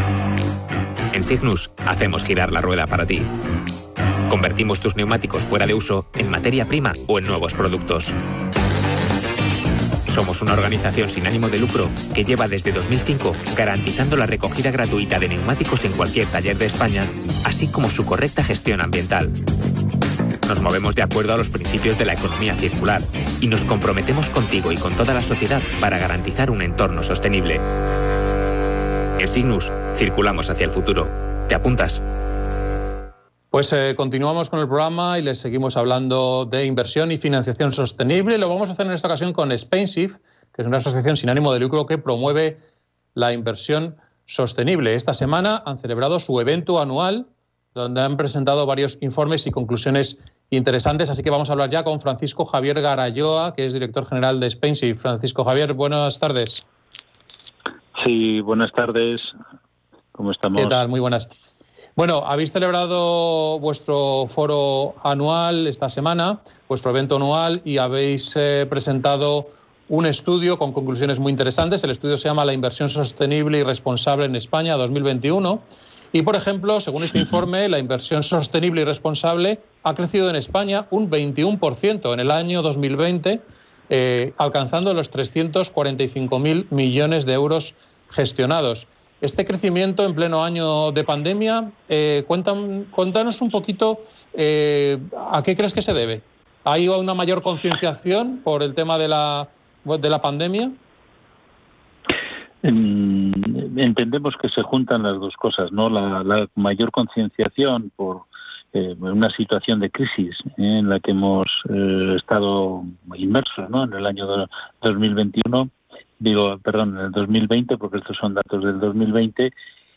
En Signus hacemos girar la rueda para ti. Convertimos tus neumáticos fuera de uso en materia prima o en nuevos productos. Somos una organización sin ánimo de lucro que lleva desde 2005 garantizando la recogida gratuita de neumáticos en cualquier taller de España, así como su correcta gestión ambiental. Nos movemos de acuerdo a los principios de la economía circular y nos comprometemos contigo y con toda la sociedad para garantizar un entorno sostenible. En Signus, circulamos hacia el futuro. ¿Te apuntas? Pues continuamos con el programa y les seguimos hablando de inversión y financiación sostenible. Lo vamos a hacer en esta ocasión con Spainship, que es una asociación sin ánimo de lucro que promueve la inversión sostenible. Esta semana han celebrado su evento anual, donde han presentado varios informes y conclusiones interesantes. Así que vamos a hablar ya con Francisco Javier Garayoa, que es director general de Spainship. Francisco Javier, buenas tardes. Sí, buenas tardes. ¿Cómo estamos? ¿Qué tal? Muy buenas. Bueno, habéis celebrado vuestro foro anual esta semana, vuestro evento anual, y habéis presentado un estudio con conclusiones muy interesantes. El estudio se llama La inversión sostenible y responsable en España 2021. Y, por ejemplo, según este informe, la inversión sostenible y responsable ha crecido en España un 21% en el año 2020, alcanzando los 345.000 millones de euros gestionados. Este crecimiento en pleno año de pandemia, cuéntanos un poquito a qué crees que se debe. ¿Hay una mayor concienciación por el tema de la pandemia? Entendemos que se juntan las dos cosas, ¿no? La mayor concienciación por una situación de crisis en la que hemos estado inmersos, ¿no? En el año 2021. En el 2020, porque estos son datos del 2020,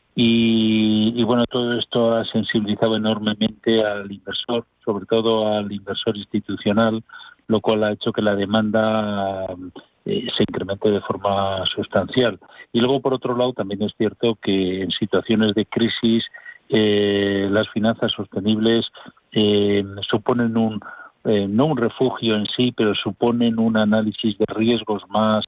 y bueno, todo esto ha sensibilizado enormemente al inversor, sobre todo al inversor institucional, lo cual ha hecho que la demanda se incremente de forma sustancial. Y luego, por otro lado, también es cierto que en situaciones de crisis las finanzas sostenibles suponen no un refugio en sí, pero suponen un análisis de riesgos más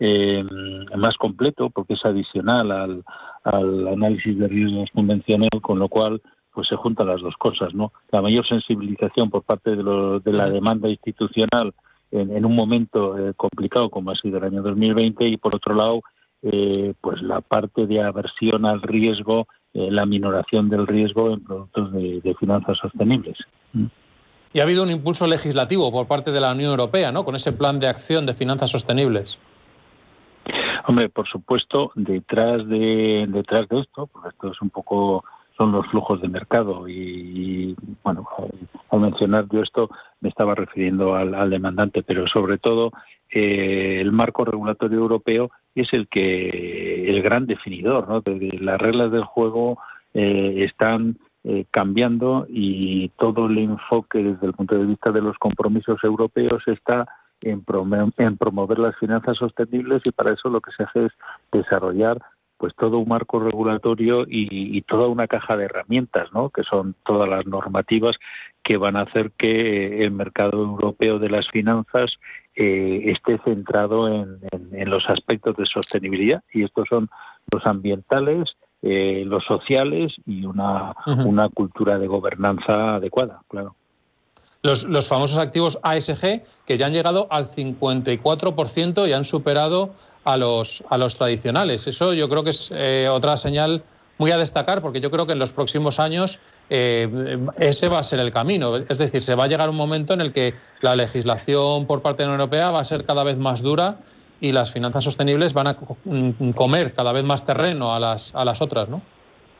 completo, porque es adicional al análisis de riesgos convencional, con lo cual pues se juntan las dos cosas, ¿no? La mayor sensibilización por parte de la demanda institucional en un momento complicado como ha sido el año 2020, y por otro lado pues la parte de aversión al riesgo, la minoración del riesgo en productos de finanzas sostenibles. Y ha habido un impulso legislativo por parte de la Unión Europea, ¿no?, con ese plan de acción de finanzas sostenibles. Hombre, por supuesto, detrás de esto, porque esto es un poco, son los flujos de mercado, y bueno, al mencionar yo esto me estaba refiriendo al demandante, pero sobre todo el marco regulatorio europeo es el gran definidor, ¿no? Las reglas del juego están cambiando, y todo el enfoque desde el punto de vista de los compromisos europeos está en promover las finanzas sostenibles, y para eso lo que se hace es desarrollar pues todo un marco regulatorio y toda una caja de herramientas, ¿no?, que son todas las normativas que van a hacer que el mercado europeo de las finanzas esté centrado en los aspectos de sostenibilidad, y estos son los ambientales, los sociales y una cultura de gobernanza adecuada, claro. Los famosos activos ASG, que ya han llegado al 54% y han superado a los tradicionales. Eso yo creo que es otra señal muy a destacar, porque yo creo que en los próximos años ese va a ser el camino. Es decir, se va a llegar un momento en el que la legislación por parte de la Unión Europea va a ser cada vez más dura, y las finanzas sostenibles van a comer cada vez más terreno a las otras, ¿no?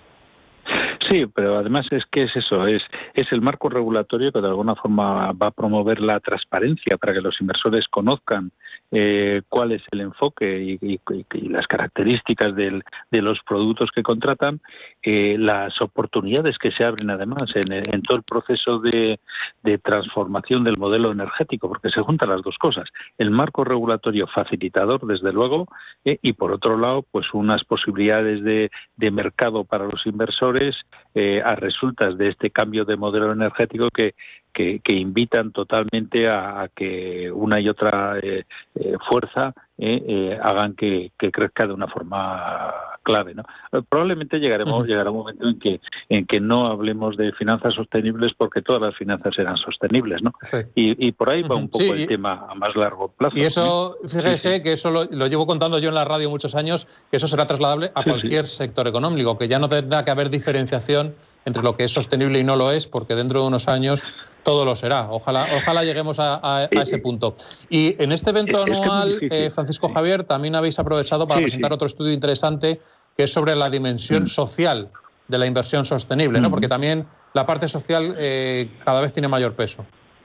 Sí, pero además es eso, es el marco regulatorio que de alguna forma va a promover la transparencia para que los inversores conozcan cuál es el enfoque y las características de los productos que contratan, las oportunidades que se abren además en todo el proceso de transformación del modelo energético, porque se juntan las dos cosas, el marco regulatorio facilitador, desde luego, y por otro lado, pues unas posibilidades de mercado para los inversores a resultas de este cambio de modelo energético que invitan totalmente a que una y otra fuerza hagan que crezca de una forma clave, ¿no? Probablemente llegará un momento en que no hablemos de finanzas sostenibles porque todas las finanzas serán sostenibles, ¿no? Sí. Y por ahí va un poco el tema a más largo plazo. Y eso, fíjese que eso lo llevo contando yo en la radio muchos años, que eso será trasladable a cualquier sector económico, que ya no tendrá que haber diferenciación entre lo que es sostenible y no lo es, porque dentro de unos años todo lo será. Ojalá lleguemos a ese punto. Y en este evento anual, Francisco Javier, también habéis aprovechado para presentar otro estudio interesante que es sobre la dimensión social de la inversión sostenible, ¿no? Porque también la parte social cada vez tiene mayor peso.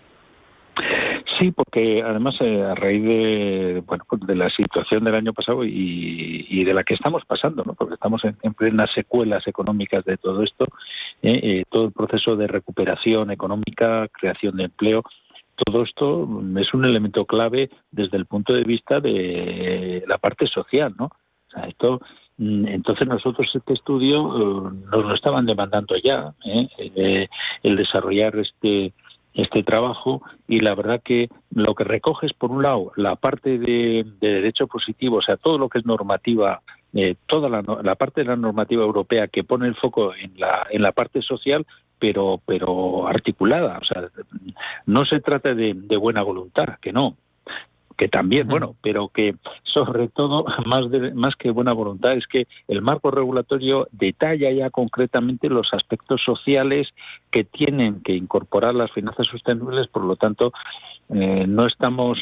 Sí, porque además a raíz de la situación del año pasado y de la que estamos pasando, ¿no? Porque estamos en plenas secuelas económicas de todo esto, todo el proceso de recuperación económica, creación de empleo, todo esto es un elemento clave desde el punto de vista de la parte social, ¿no? O sea, entonces nosotros este estudio nos lo estaban demandando ya, el desarrollar este trabajo, y la verdad que lo que recoge es, por un lado, la parte de derecho positivo, o sea, todo lo que es normativa, toda la parte de la normativa europea que pone el foco en la parte social, pero articulada. O sea, no se trata de buena voluntad, que no, que también, pero que sobre todo, más que buena voluntad, es que el marco regulatorio detalla ya concretamente los aspectos sociales que tienen que incorporar las finanzas sostenibles. Por lo tanto, no estamos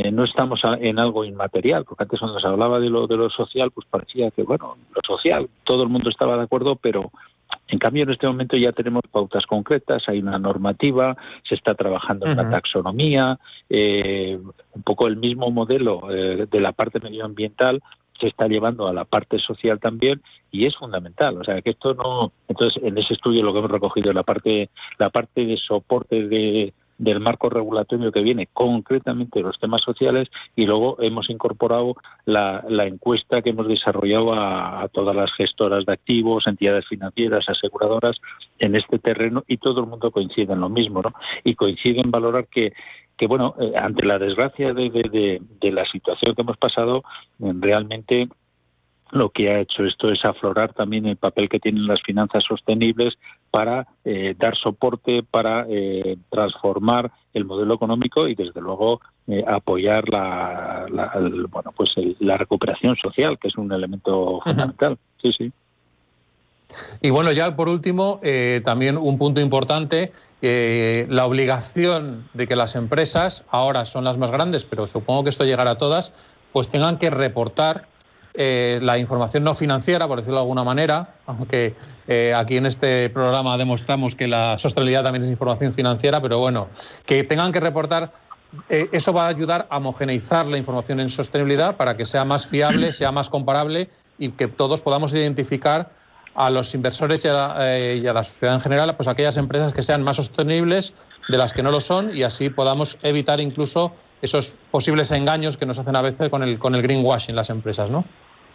en algo inmaterial, porque antes cuando se hablaba de lo social, pues parecía que, lo social, todo el mundo estaba de acuerdo, pero en cambio, en este momento ya tenemos pautas concretas, hay una normativa, se está trabajando en la taxonomía, un poco el mismo modelo de la parte medioambiental se está llevando a la parte social también, y es fundamental. O sea, que esto no... Entonces, en ese estudio lo que hemos recogido es la parte de soporte del marco regulatorio que viene concretamente de los temas sociales, y luego hemos incorporado la encuesta que hemos desarrollado a todas las gestoras de activos, entidades financieras, aseguradoras en este terreno, y todo el mundo coincide en lo mismo, ¿no? Y coincide en valorar que ante la desgracia de la situación que hemos pasado, realmente lo que ha hecho esto es aflorar también el papel que tienen las finanzas sostenibles para dar soporte, para transformar el modelo económico y, desde luego, apoyar la recuperación social, que es un elemento fundamental. Sí, sí. Y bueno, ya por último, también un punto importante, la obligación de que las empresas, ahora son las más grandes, pero supongo que esto llegará a todas, pues tengan que reportar la información no financiera, por decirlo de alguna manera, aunque aquí en este programa demostramos que la sostenibilidad también es información financiera, pero bueno, que tengan que reportar, eso va a ayudar a homogeneizar la información en sostenibilidad para que sea más fiable, sea más comparable, y que todos podamos identificar a los inversores y a la sociedad en general, pues aquellas empresas que sean más sostenibles de las que no lo son, y así podamos evitar incluso esos posibles engaños que nos hacen a veces con el greenwashing las empresas, ¿no?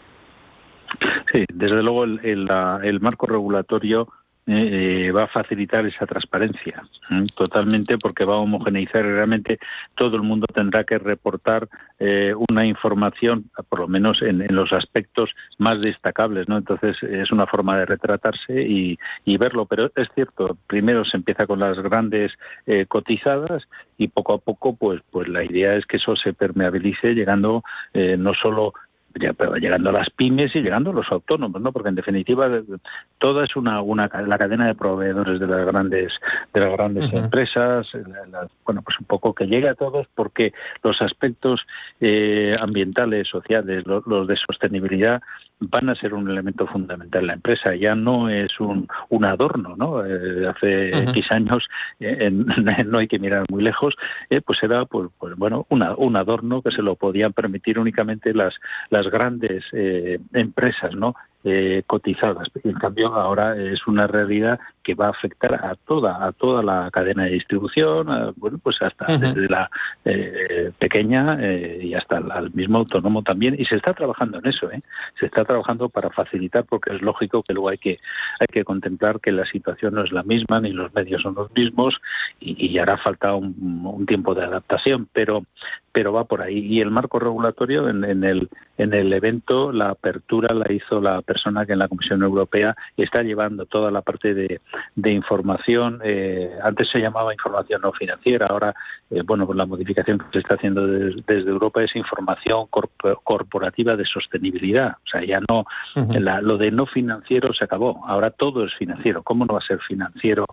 Sí, desde luego el marco regulatorio va a facilitar esa transparencia totalmente, porque va a homogeneizar realmente. Todo el mundo tendrá que reportar una información, por lo menos en los aspectos más destacables, ¿no? Entonces es una forma de retratarse y verlo, pero es cierto, primero se empieza con las grandes cotizadas, y poco a poco pues la idea es que eso se permeabilice, llegando no solo pero llegando a las pymes y llegando a los autónomos, ¿no? Porque en definitiva toda es la cadena de proveedores de las grandes empresas, pues un poco que llegue a todos, porque los aspectos ambientales, sociales, los de sostenibilidad van a ser un elemento fundamental en la empresa. Ya no es un adorno, ¿no? Hace X años, no hay que mirar muy lejos, pues era un adorno que se lo podían permitir únicamente las grandes empresas, ¿no? Cotizadas. En cambio, ahora es una realidad que va a afectar a toda la cadena de distribución, pues hasta desde la pequeña y hasta al mismo autónomo también. Y se está trabajando en eso, se está trabajando para facilitar, porque es lógico que luego hay que contemplar que la situación no es la misma, ni los medios son los mismos, y hará falta un tiempo de adaptación, pero va por ahí. Y el marco regulatorio en el evento, la apertura la hizo la persona que en la Comisión Europea está llevando toda la parte de información. Antes se llamaba información no financiera, ahora, pues la modificación que se está haciendo desde Europa es información corporativa de sostenibilidad. O sea, ya no, lo de no financiero se acabó, ahora todo es financiero. ¿Cómo no va a ser financiero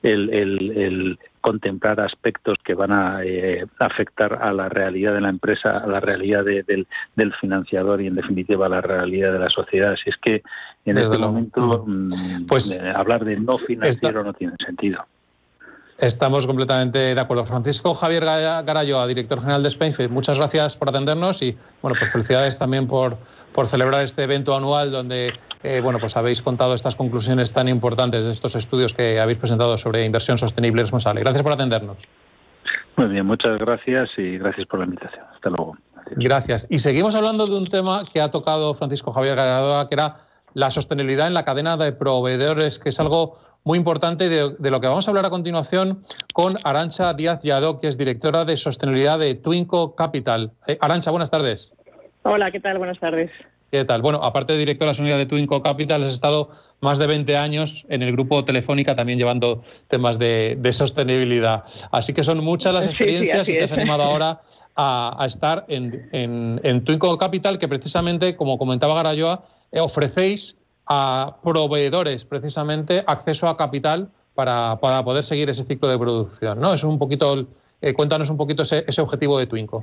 el contemplar aspectos que van a afectar a la realidad de la empresa, a la realidad del financiador y, en definitiva, a la realidad de la sociedad? Así es que en este momento hablar de no financiero no tiene sentido. Estamos completamente de acuerdo. Francisco Javier Garayoa, director general de Spainfit, muchas gracias por atendernos y pues felicidades también por celebrar este evento anual donde pues habéis contado estas conclusiones tan importantes de estos estudios que habéis presentado sobre inversión sostenible y responsable. Gracias por atendernos. Muy bien, muchas gracias y gracias por la invitación. Hasta luego. Adiós. Gracias. Y seguimos hablando de un tema que ha tocado Francisco Javier Garayoa, que era la sostenibilidad en la cadena de proveedores, que es algo muy importante de lo que vamos a hablar a continuación con Arantxa Díaz Lladó, que es directora de sostenibilidad de Twinco Capital. Arantxa, buenas tardes. Hola, ¿qué tal? Buenas tardes. ¿Qué tal? Bueno, aparte de directora de sostenibilidad de Twinco Capital, has estado más de 20 años en el grupo Telefónica también llevando temas de sostenibilidad. Así que son muchas las experiencias y te has animado ahora a estar en Twinco Capital, que precisamente, como comentaba Garayoa, ofrecéis a proveedores precisamente acceso a capital para poder seguir ese ciclo de producción, ¿no? Es un poquito, cuéntanos un poquito ese objetivo de Twinco.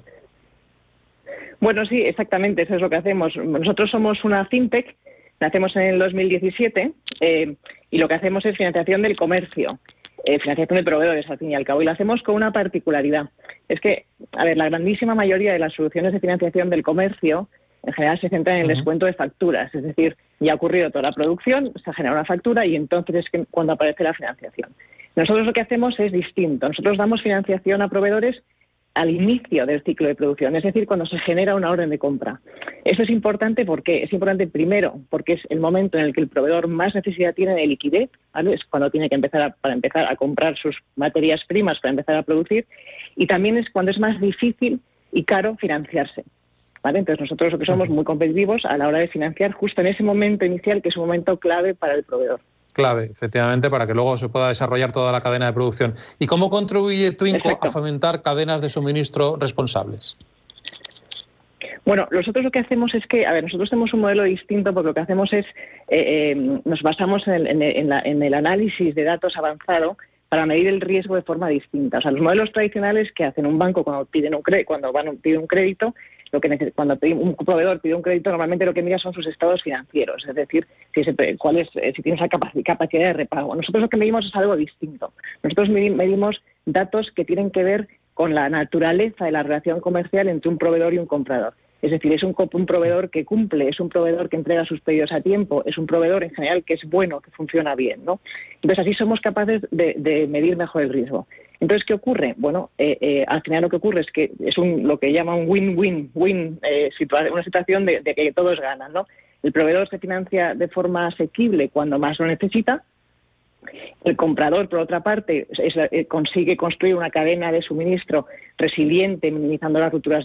Bueno, sí, exactamente, eso es lo que hacemos. Nosotros somos una fintech, nacemos en el 2017 y lo que hacemos es financiación del comercio, financiación de proveedores al fin y al cabo, y lo hacemos con una particularidad. Es que, la grandísima mayoría de las soluciones de financiación del comercio en general se centran en el descuento de facturas, es decir, ya ha ocurrido toda la producción, se ha generado una factura y entonces es cuando aparece la financiación. Nosotros lo que hacemos es distinto. Nosotros damos financiación a proveedores al inicio del ciclo de producción, es decir, cuando se genera una orden de compra. Eso es importante porque es importante primero porque es el momento en el que el proveedor más necesidad tiene de liquidez, ¿vale? Es cuando tiene que empezar a comprar sus materias primas para empezar a producir, y también es cuando es más difícil y caro financiarse. ¿Vale? Entonces nosotros lo que somos muy competitivos a la hora de financiar justo en ese momento inicial, que es un momento clave para el proveedor. Clave, efectivamente, para que luego se pueda desarrollar toda la cadena de producción. ¿Y cómo contribuye Twinco a fomentar cadenas de suministro responsables? Bueno, nosotros lo que hacemos es que, nosotros tenemos un modelo distinto porque lo que hacemos es, nos basamos en el análisis de datos avanzado para medir el riesgo de forma distinta. O sea, los modelos tradicionales que hacen un banco cuando piden un crédito, cuando un proveedor pide un crédito, normalmente lo que mira son sus estados financieros, es decir, si tiene esa capacidad de repago. Nosotros lo que medimos es algo distinto. Nosotros medimos datos que tienen que ver con la naturaleza de la relación comercial entre un proveedor y un comprador. Es decir, es un proveedor que cumple, es un proveedor que entrega sus pedidos a tiempo, es un proveedor en general que es bueno, que funciona bien, ¿no? Entonces así somos capaces de medir mejor el riesgo. Entonces, ¿qué ocurre? Bueno, al final lo que ocurre es que es lo que llama un win-win-win, una situación de que todos ganan, ¿no? El proveedor se financia de forma asequible cuando más lo necesita. El comprador, por otra parte, consigue construir una cadena de suministro resiliente, minimizando las rupturas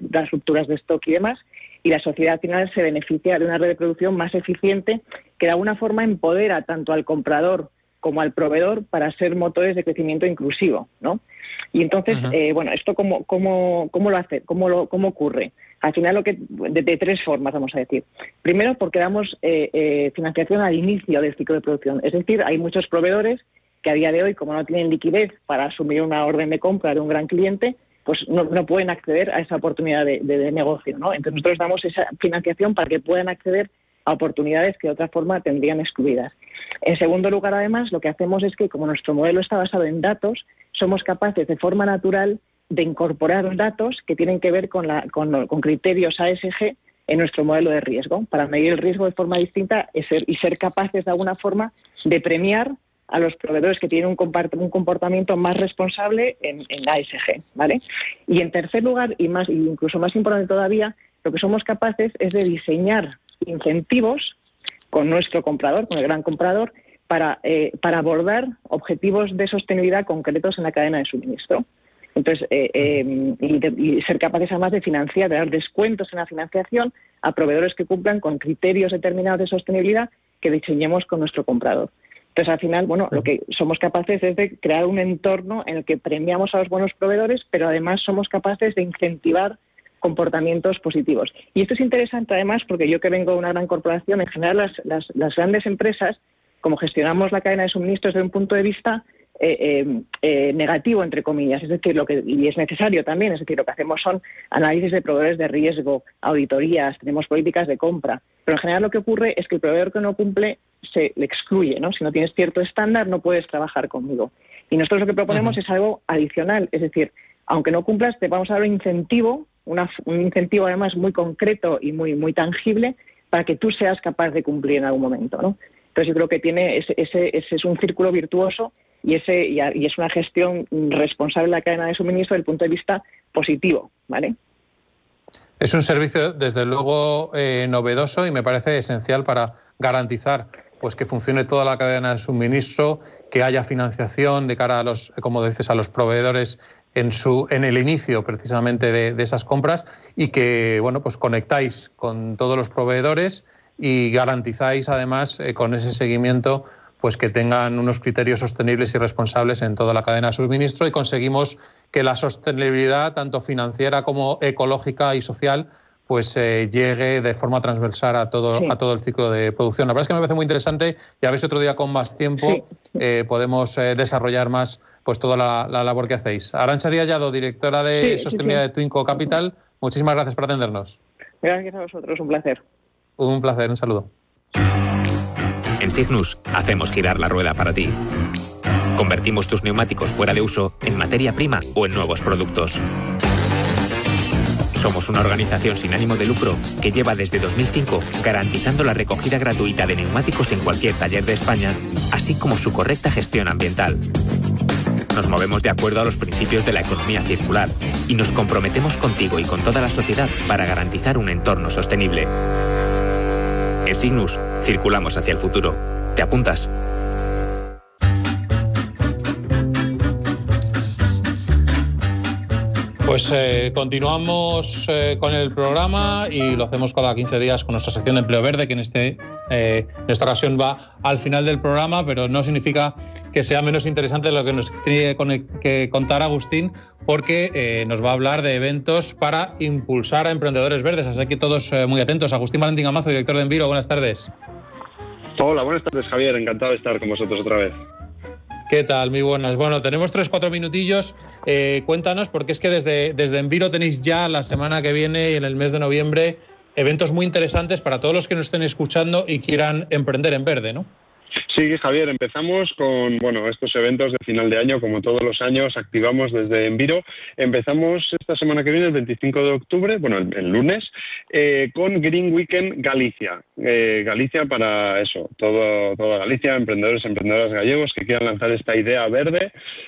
de stock y demás, y la sociedad al final se beneficia de una red de producción más eficiente que de alguna forma empodera tanto al comprador como al proveedor para ser motores de crecimiento inclusivo, ¿no? Y entonces, ¿esto cómo lo hace? ¿Cómo ocurre? Al final de tres formas, vamos a decir. Primero, porque damos financiación al inicio del ciclo de producción. Es decir, hay muchos proveedores que a día de hoy, como no tienen liquidez para asumir una orden de compra de un gran cliente, pues no pueden acceder a esa oportunidad de negocio, ¿no? Entonces nosotros damos esa financiación para que puedan acceder a oportunidades que de otra forma tendrían excluidas. En segundo lugar, además, lo que hacemos es que, como nuestro modelo está basado en datos, somos capaces de forma natural de incorporar datos que tienen que ver con criterios ASG en nuestro modelo de riesgo, para medir el riesgo de forma distinta y ser capaces de alguna forma de premiar a los proveedores que tienen un comportamiento más responsable en ASG, ¿vale? Y en tercer lugar, incluso más importante todavía, lo que somos capaces es de diseñar incentivos con nuestro comprador, con el gran comprador, para abordar objetivos de sostenibilidad concretos en la cadena de suministro. Entonces, y ser capaces además de financiar, de dar descuentos en la financiación a proveedores que cumplan con criterios determinados de sostenibilidad que diseñemos con nuestro comprador. Entonces, al final, bueno, lo que somos capaces es de crear un entorno en el que premiamos a los buenos proveedores, pero además somos capaces de incentivar comportamientos positivos. Y esto es interesante además porque yo que vengo de una gran corporación, en general las grandes empresas, como gestionamos la cadena de suministros desde un punto de vista negativo, entre comillas, es decir, y es necesario también, es decir, lo que hacemos son análisis de proveedores de riesgo, auditorías, tenemos políticas de compra, pero en general lo que ocurre es que el proveedor que no cumple se le excluye, ¿no? Si no tienes cierto estándar no puedes trabajar conmigo. Y nosotros lo que proponemos es algo adicional, es decir, aunque no cumplas, te vamos a dar un incentivo, un incentivo además muy concreto y muy tangible para que tú seas capaz de cumplir en algún momento, ¿no? Entonces yo creo que ese es un círculo virtuoso y es una gestión responsable de la cadena de suministro desde el punto de vista positivo, ¿vale? Es un servicio, desde luego, novedoso y me parece esencial para garantizar pues que funcione toda la cadena de suministro, que haya financiación de cara a los, como dices, a los proveedores en el inicio precisamente de esas compras y que, bueno, pues conectáis con todos los proveedores y garantizáis además con ese seguimiento pues que tengan unos criterios sostenibles y responsables en toda la cadena de suministro y conseguimos que la sostenibilidad, tanto financiera como ecológica y social, pues llegue de forma transversal a todo el ciclo de producción. La verdad es que me parece muy interesante y a ver si otro día con más tiempo podemos desarrollar más pues toda la labor que hacéis. Arantxa Díaz-Llado, directora de Sostenibilidad de Twinco Capital, muchísimas gracias por atendernos. Gracias a vosotros, un placer. Un placer, un saludo. En Signus hacemos girar la rueda para ti. Convertimos tus neumáticos fuera de uso en materia prima o en nuevos productos. Somos una organización sin ánimo de lucro que lleva desde 2005 garantizando la recogida gratuita de neumáticos en cualquier taller de España, así como su correcta gestión ambiental. Nos movemos de acuerdo a los principios de la economía circular y nos comprometemos contigo y con toda la sociedad para garantizar un entorno sostenible. En Signus, circulamos hacia el futuro. ¿Te apuntas? Pues continuamos con el programa y lo hacemos cada 15 días con nuestra sección de Empleo Verde, que en esta ocasión va al final del programa, pero no significa que sea menos interesante lo que nos tiene que contar Agustín, porque nos va a hablar de eventos para impulsar a emprendedores verdes. Así que todos muy atentos. Agustín Valentín Amazo, director de Enviro, buenas tardes. Hola, buenas tardes, Javier. Encantado de estar con vosotros otra vez. ¿Qué tal? Muy buenas. Bueno, tenemos 3-4 minutillos. Cuéntanos, porque es que desde Enviro tenéis ya la semana que viene y en el mes de noviembre eventos muy interesantes para todos los que nos estén escuchando y quieran emprender en verde, ¿no? Sí, Javier, empezamos con estos eventos de final de año, como todos los años, activamos desde Enviro. Empezamos esta semana que viene, el 25 de octubre, el lunes, con Green Weekend Galicia. Galicia para eso, toda Galicia, emprendedoras gallegos que quieran lanzar esta idea verde.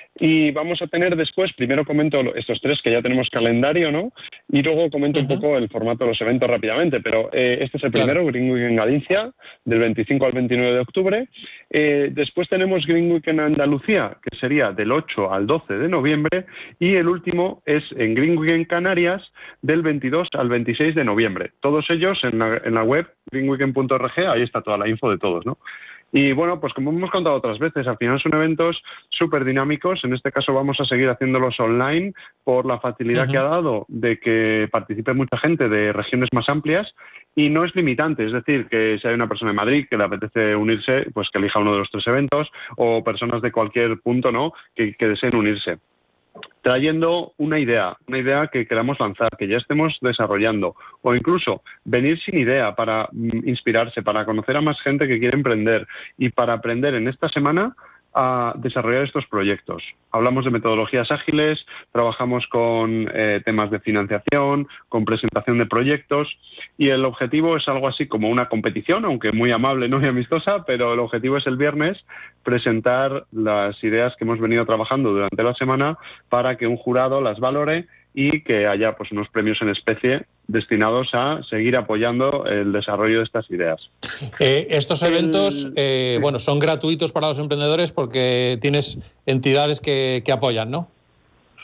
Y vamos a tener después, primero comento estos 3 que ya tenemos calendario, ¿no? Y luego comento un poco el formato de los eventos rápidamente, pero este es el primero, Green Weekend Galicia, del 25 al 29 de octubre. Después tenemos Green Weekend Andalucía, que sería del 8 al 12 de noviembre, y el último es en Green Weekend Canarias, del 22 al 26 de noviembre. Todos ellos en la web greenweekend.org, ahí está toda la info de todos, ¿no? Y bueno, pues como hemos contado otras veces, al final son eventos súper dinámicos. En este caso vamos a seguir haciéndolos online por la facilidad que ha dado de que participe mucha gente de regiones más amplias y no es limitante. Es decir, que si hay una persona en Madrid que le apetece unirse, pues que elija uno de los 3 eventos o personas de cualquier punto, ¿no?, que deseen unirse. Trayendo una idea que queramos lanzar, que ya estemos desarrollando, o incluso venir sin idea para inspirarse, para conocer a más gente que quiere emprender y para aprender en esta semana a desarrollar estos proyectos. Hablamos de metodologías ágiles, trabajamos con temas de financiación, con presentación de proyectos y el objetivo es algo así como una competición, aunque muy amable, no muy amistosa, pero el objetivo es el viernes presentar las ideas que hemos venido trabajando durante la semana para que un jurado las valore y que haya pues unos premios en especie destinados a seguir apoyando el desarrollo de estas ideas. Estos eventos son gratuitos para los emprendedores porque tienes entidades que apoyan, ¿no?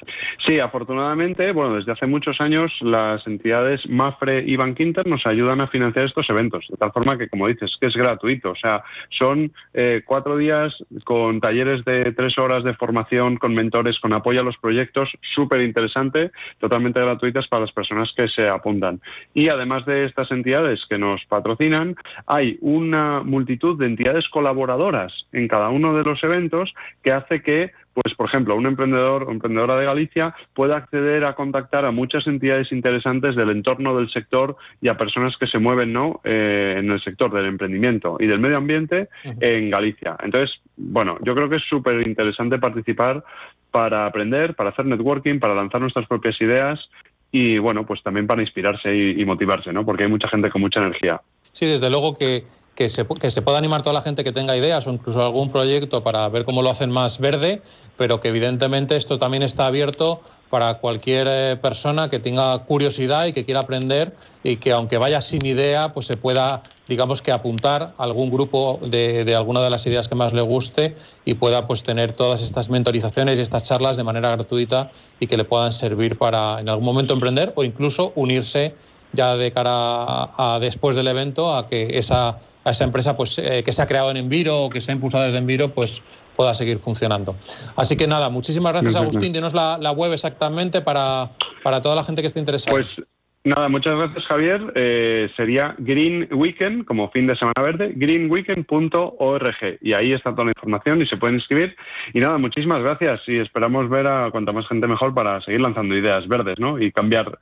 Sí, afortunadamente, desde hace muchos años las entidades Mapfre y Bankinter nos ayudan a financiar estos eventos, de tal forma que, como dices, que es gratuito. O sea, son 4 días con talleres de 3 horas de formación, con mentores, con apoyo a los proyectos, súper interesante, totalmente gratuitas para las personas que se apuntan. Y además de estas entidades que nos patrocinan, hay una multitud de entidades colaboradoras en cada uno de los eventos que hace que, pues por ejemplo, un emprendedor o emprendedora de Galicia pueda acceder a contactar a muchas entidades interesantes del entorno del sector y a personas que se mueven, ¿no?, en el sector del emprendimiento y del medio ambiente en Galicia. Entonces, yo creo que es súper interesante participar para aprender, para hacer networking, para lanzar nuestras propias ideas y, pues también para inspirarse y motivarse, ¿no?, porque hay mucha gente con mucha energía. Sí, desde luego que se pueda animar toda la gente que tenga ideas o incluso algún proyecto para ver cómo lo hacen más verde, pero que evidentemente esto también está abierto para cualquier persona que tenga curiosidad y que quiera aprender y que aunque vaya sin idea, pues se pueda, digamos, que apuntar a algún grupo de alguna de las ideas que más le guste y pueda pues tener todas estas mentorizaciones y estas charlas de manera gratuita y que le puedan servir para en algún momento emprender o incluso unirse ya de cara a después del evento a que esa empresa pues que se ha creado en Enviro o que se ha impulsado desde Enviro pues pueda seguir funcionando. Así que nada, muchísimas gracias, Agustín. Dinos la web exactamente para toda la gente que esté interesada. Pues nada, muchas gracias, Javier. Sería Green Weekend, como fin de semana verde, greenweekend.org, y ahí está toda la información y se pueden inscribir. Y nada, muchísimas gracias y esperamos ver a cuanta más gente mejor para seguir lanzando ideas verdes, ¿no?, y cambiar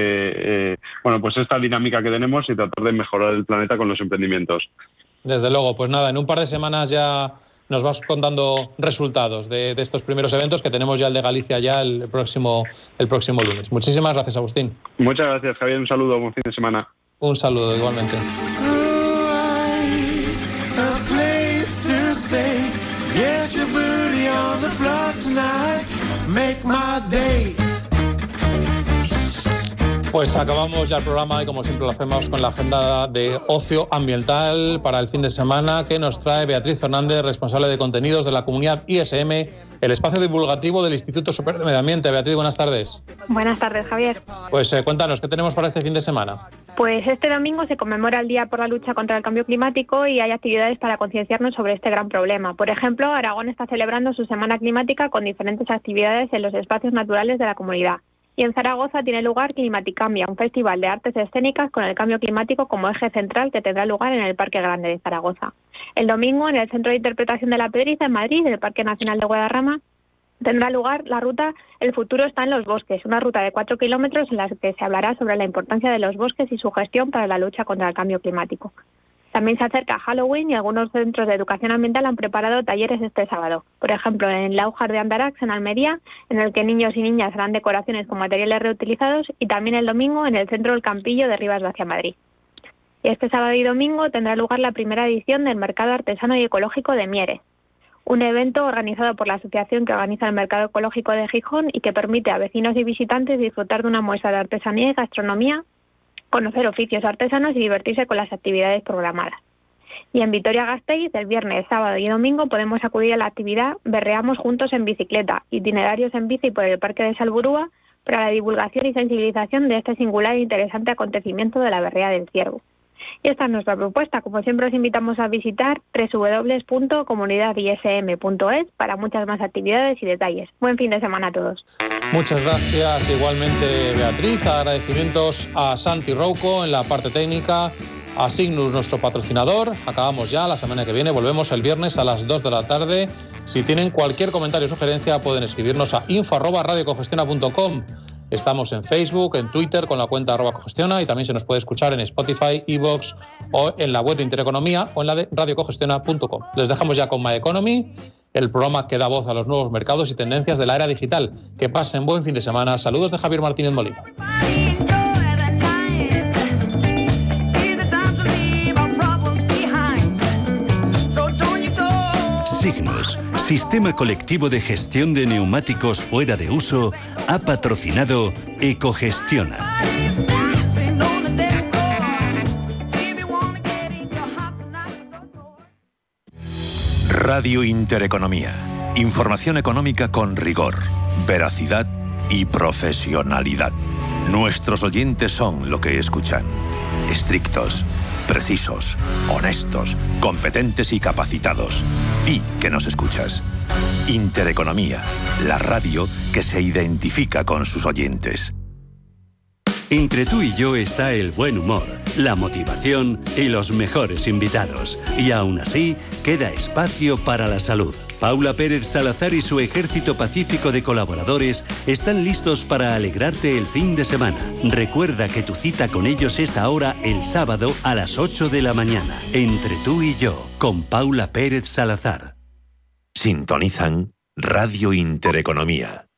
pues esta dinámica que tenemos y tratar de mejorar el planeta con los emprendimientos. Desde luego, pues nada, en un par de semanas ya nos vas contando resultados de estos primeros eventos, que tenemos ya el de Galicia ya el próximo lunes. Muchísimas gracias, Agustín. Muchas gracias, Javier. Un saludo, buen fin de semana. Un saludo, igualmente. Pues acabamos ya el programa y como siempre lo hacemos con la agenda de ocio ambiental para el fin de semana que nos trae Beatriz Fernández, responsable de contenidos de la comunidad ISM, el espacio divulgativo del Instituto Superior de Medio Ambiente. Beatriz, buenas tardes. Buenas tardes, Javier. Pues cuéntanos, ¿qué tenemos para este fin de semana? Pues este domingo se conmemora el Día por la Lucha contra el Cambio Climático y hay actividades para concienciarnos sobre este gran problema. Por ejemplo, Aragón está celebrando su Semana Climática con diferentes actividades en los espacios naturales de la comunidad. Y en Zaragoza tiene lugar Climaticambia, un festival de artes escénicas con el cambio climático como eje central que tendrá lugar en el Parque Grande de Zaragoza. El domingo, en el Centro de Interpretación de la Pedriza, en Madrid, del Parque Nacional de Guadarrama, tendrá lugar la ruta El futuro está en los bosques, una ruta de 4 kilómetros en la que se hablará sobre la importancia de los bosques y su gestión para la lucha contra el cambio climático. También se acerca Halloween y algunos centros de educación ambiental han preparado talleres este sábado. Por ejemplo, en la Újar de Andarax, en Almería, en el que niños y niñas harán decoraciones con materiales reutilizados, y también el domingo en el Centro del Campillo de Rivas Vacia, Madrid. Y este sábado y domingo tendrá lugar la primera edición del Mercado Artesano y Ecológico de Mieres, un evento organizado por la asociación que organiza el Mercado Ecológico de Gijón y que permite a vecinos y visitantes disfrutar de una muestra de artesanía y gastronomía, conocer oficios artesanos y divertirse con las actividades programadas. Y en Vitoria-Gasteiz, el viernes, sábado y domingo podemos acudir a la actividad Berreamos Juntos en Bicicleta, itinerarios en bici por el Parque de Salburúa para la divulgación y sensibilización de este singular e interesante acontecimiento de la Berrea del Ciervo. Y esta es nuestra propuesta. Como siempre os invitamos a visitar www.comunidadism.es para muchas más actividades y detalles. Buen fin de semana a todos. Muchas gracias igualmente, Beatriz. Agradecimientos a Santi Rouco en la parte técnica, a Signus, nuestro patrocinador. Acabamos ya, la semana que viene volvemos el viernes a las 2 de la tarde. Si tienen cualquier comentario o sugerencia pueden escribirnos a info@radiocogestiona.com. Estamos en Facebook, en Twitter con la cuenta @cogestiona y también se nos puede escuchar en Spotify, iVoox o en la web de Intereconomía o en la de radiocogestiona.com. Les dejamos ya con My Economy, el programa que da voz a los nuevos mercados y tendencias de la era digital. Que pasen buen fin de semana. Saludos de Javier Martínez Molina. Signos, Sistema Colectivo de Gestión de Neumáticos Fuera de Uso, ha patrocinado Ecogestiona. Radio Intereconomía. Información económica con rigor, veracidad y profesionalidad. Nuestros oyentes son lo que escuchan. Estrictos, precisos, honestos, competentes y capacitados. Di que nos escuchas. Intereconomía, la radio que se identifica con sus oyentes. Entre tú y yo está el buen humor, la motivación y los mejores invitados. Y aún así, queda espacio para la salud. Paula Pérez Salazar y su ejército pacífico de colaboradores están listos para alegrarte el fin de semana. Recuerda que tu cita con ellos es ahora el sábado a las 8 de la mañana. Entre tú y yo, con Paula Pérez Salazar. Sintonizan Radio Intereconomía.